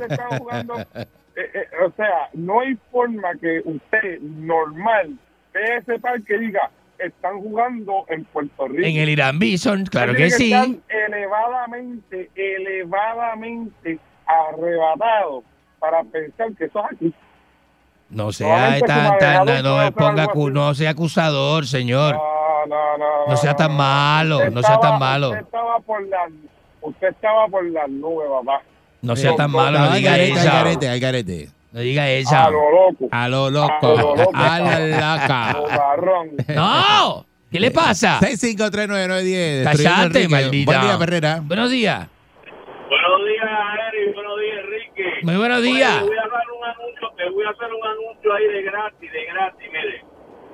sea, no hay forma que usted normal vea ese parque y diga, están jugando en Puerto Rico. En el Irán Bison, claro Tiene que sí. estar elevadamente arrebatado para pensar que eso es aquí. No sea no sea acusador, señor. No sea tan malo, no sea tan malo. Usted estaba por las nubes, papá. No sea tan malo, no diga Al eso. garete. No diga esa. A lo loco. A lo loco. A la laca. Bobarrón. No. ¿Qué le pasa? 6539910. Cállate, maldita. Buen día, Perrera. Buenos días. Buenos días, Eric. Buenos días, Enrique. Muy buenos días. Te voy a hacer un anuncio ahí de gratis, mire.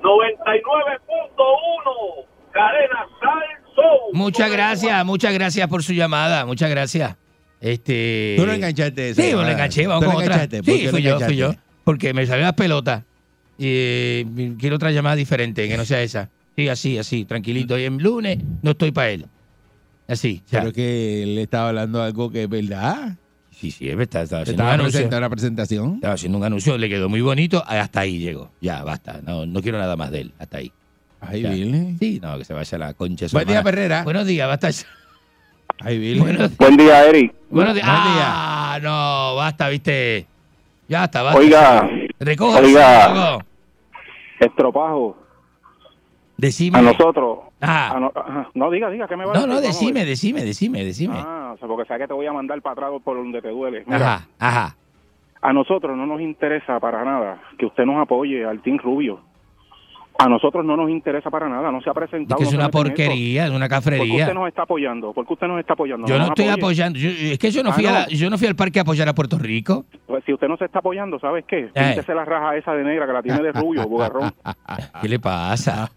99.1 Cadena Sal Show. Muchas gracias por su llamada. Muchas gracias. Tú lo enganchaste. Sí, me lo enganché. Vamos ¿Tú con lo otra. enganchaste? ¿Por Sí, qué fui lo yo. enganchaste? Porque me salió las pelotas. Y quiero otra llamada diferente, que no sea esa. Sí, así, tranquilito. Y el lunes no estoy para él. Así, ya. Pero que él estaba hablando de algo que es verdad. Sí, es verdad. Estaba haciendo un Estaba anuncio. presentando una presentación. Estaba haciendo un anuncio, le quedó muy bonito. Hasta ahí llegó. Ya, basta. No quiero nada más de él. Hasta ahí. Ahí Ya. viene. Sí, no, que se vaya a la concha de su Buen día, hermana. Perrera. Buenos días, basta. Ahí viene. Buenos Buen día, Eric. Buenos días. Buen día. Ah, no, basta, viste. Ya está, basta. Oiga, Recójase, estropajo. Decime. A nosotros. Ah. No, diga, ¿qué me va a No, decir? decime. Ah, o sea, porque sabes que te voy a mandar para atrás por donde te duele. Mira, Ajá. a nosotros no nos interesa para nada que usted nos apoye al Team Rubio. A nosotros no nos interesa para nada, no se ha Es presentado. que es no se una mete en eso. porquería, es una ¿Por qué cafrería. usted nos está apoyando? Yo no nos estoy apoye. apoyando. Es que yo no fui yo no fui al parque a apoyar a Puerto Rico. Pues si usted no se está apoyando, ¿sabes qué? Píntese la raja esa de negra que la tiene de rubio, bugarrón. ¿Qué le pasa?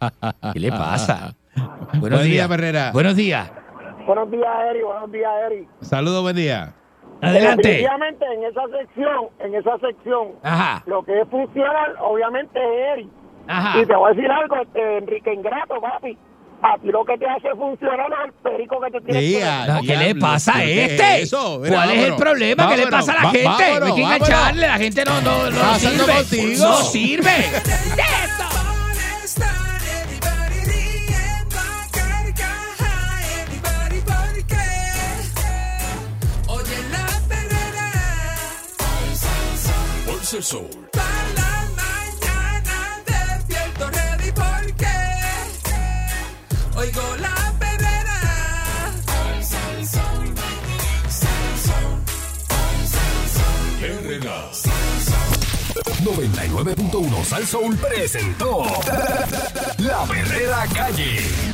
Buen día, Perrera. Buenos días. Buenos días, Eric. Saludos, buen día. Adelante. Obviamente en esa sección, Ajá. lo que es funcional, obviamente es Eri. Ajá. Y te voy a decir algo, Enrique Ingrato, papi. A ti lo que te hace funcionar es el perico que te tiene ¿Qué le pasa a este? ¿Cuál es el problema? ¿Qué le pasa a la gente? Hay que engancharle, la gente no sirve. No sirve. ¡Eso! El Sol. Para la mañana despierto ready porque oigo la perrera. Herrera. 99.1 Sal Soul presentó La Verdadera Calle.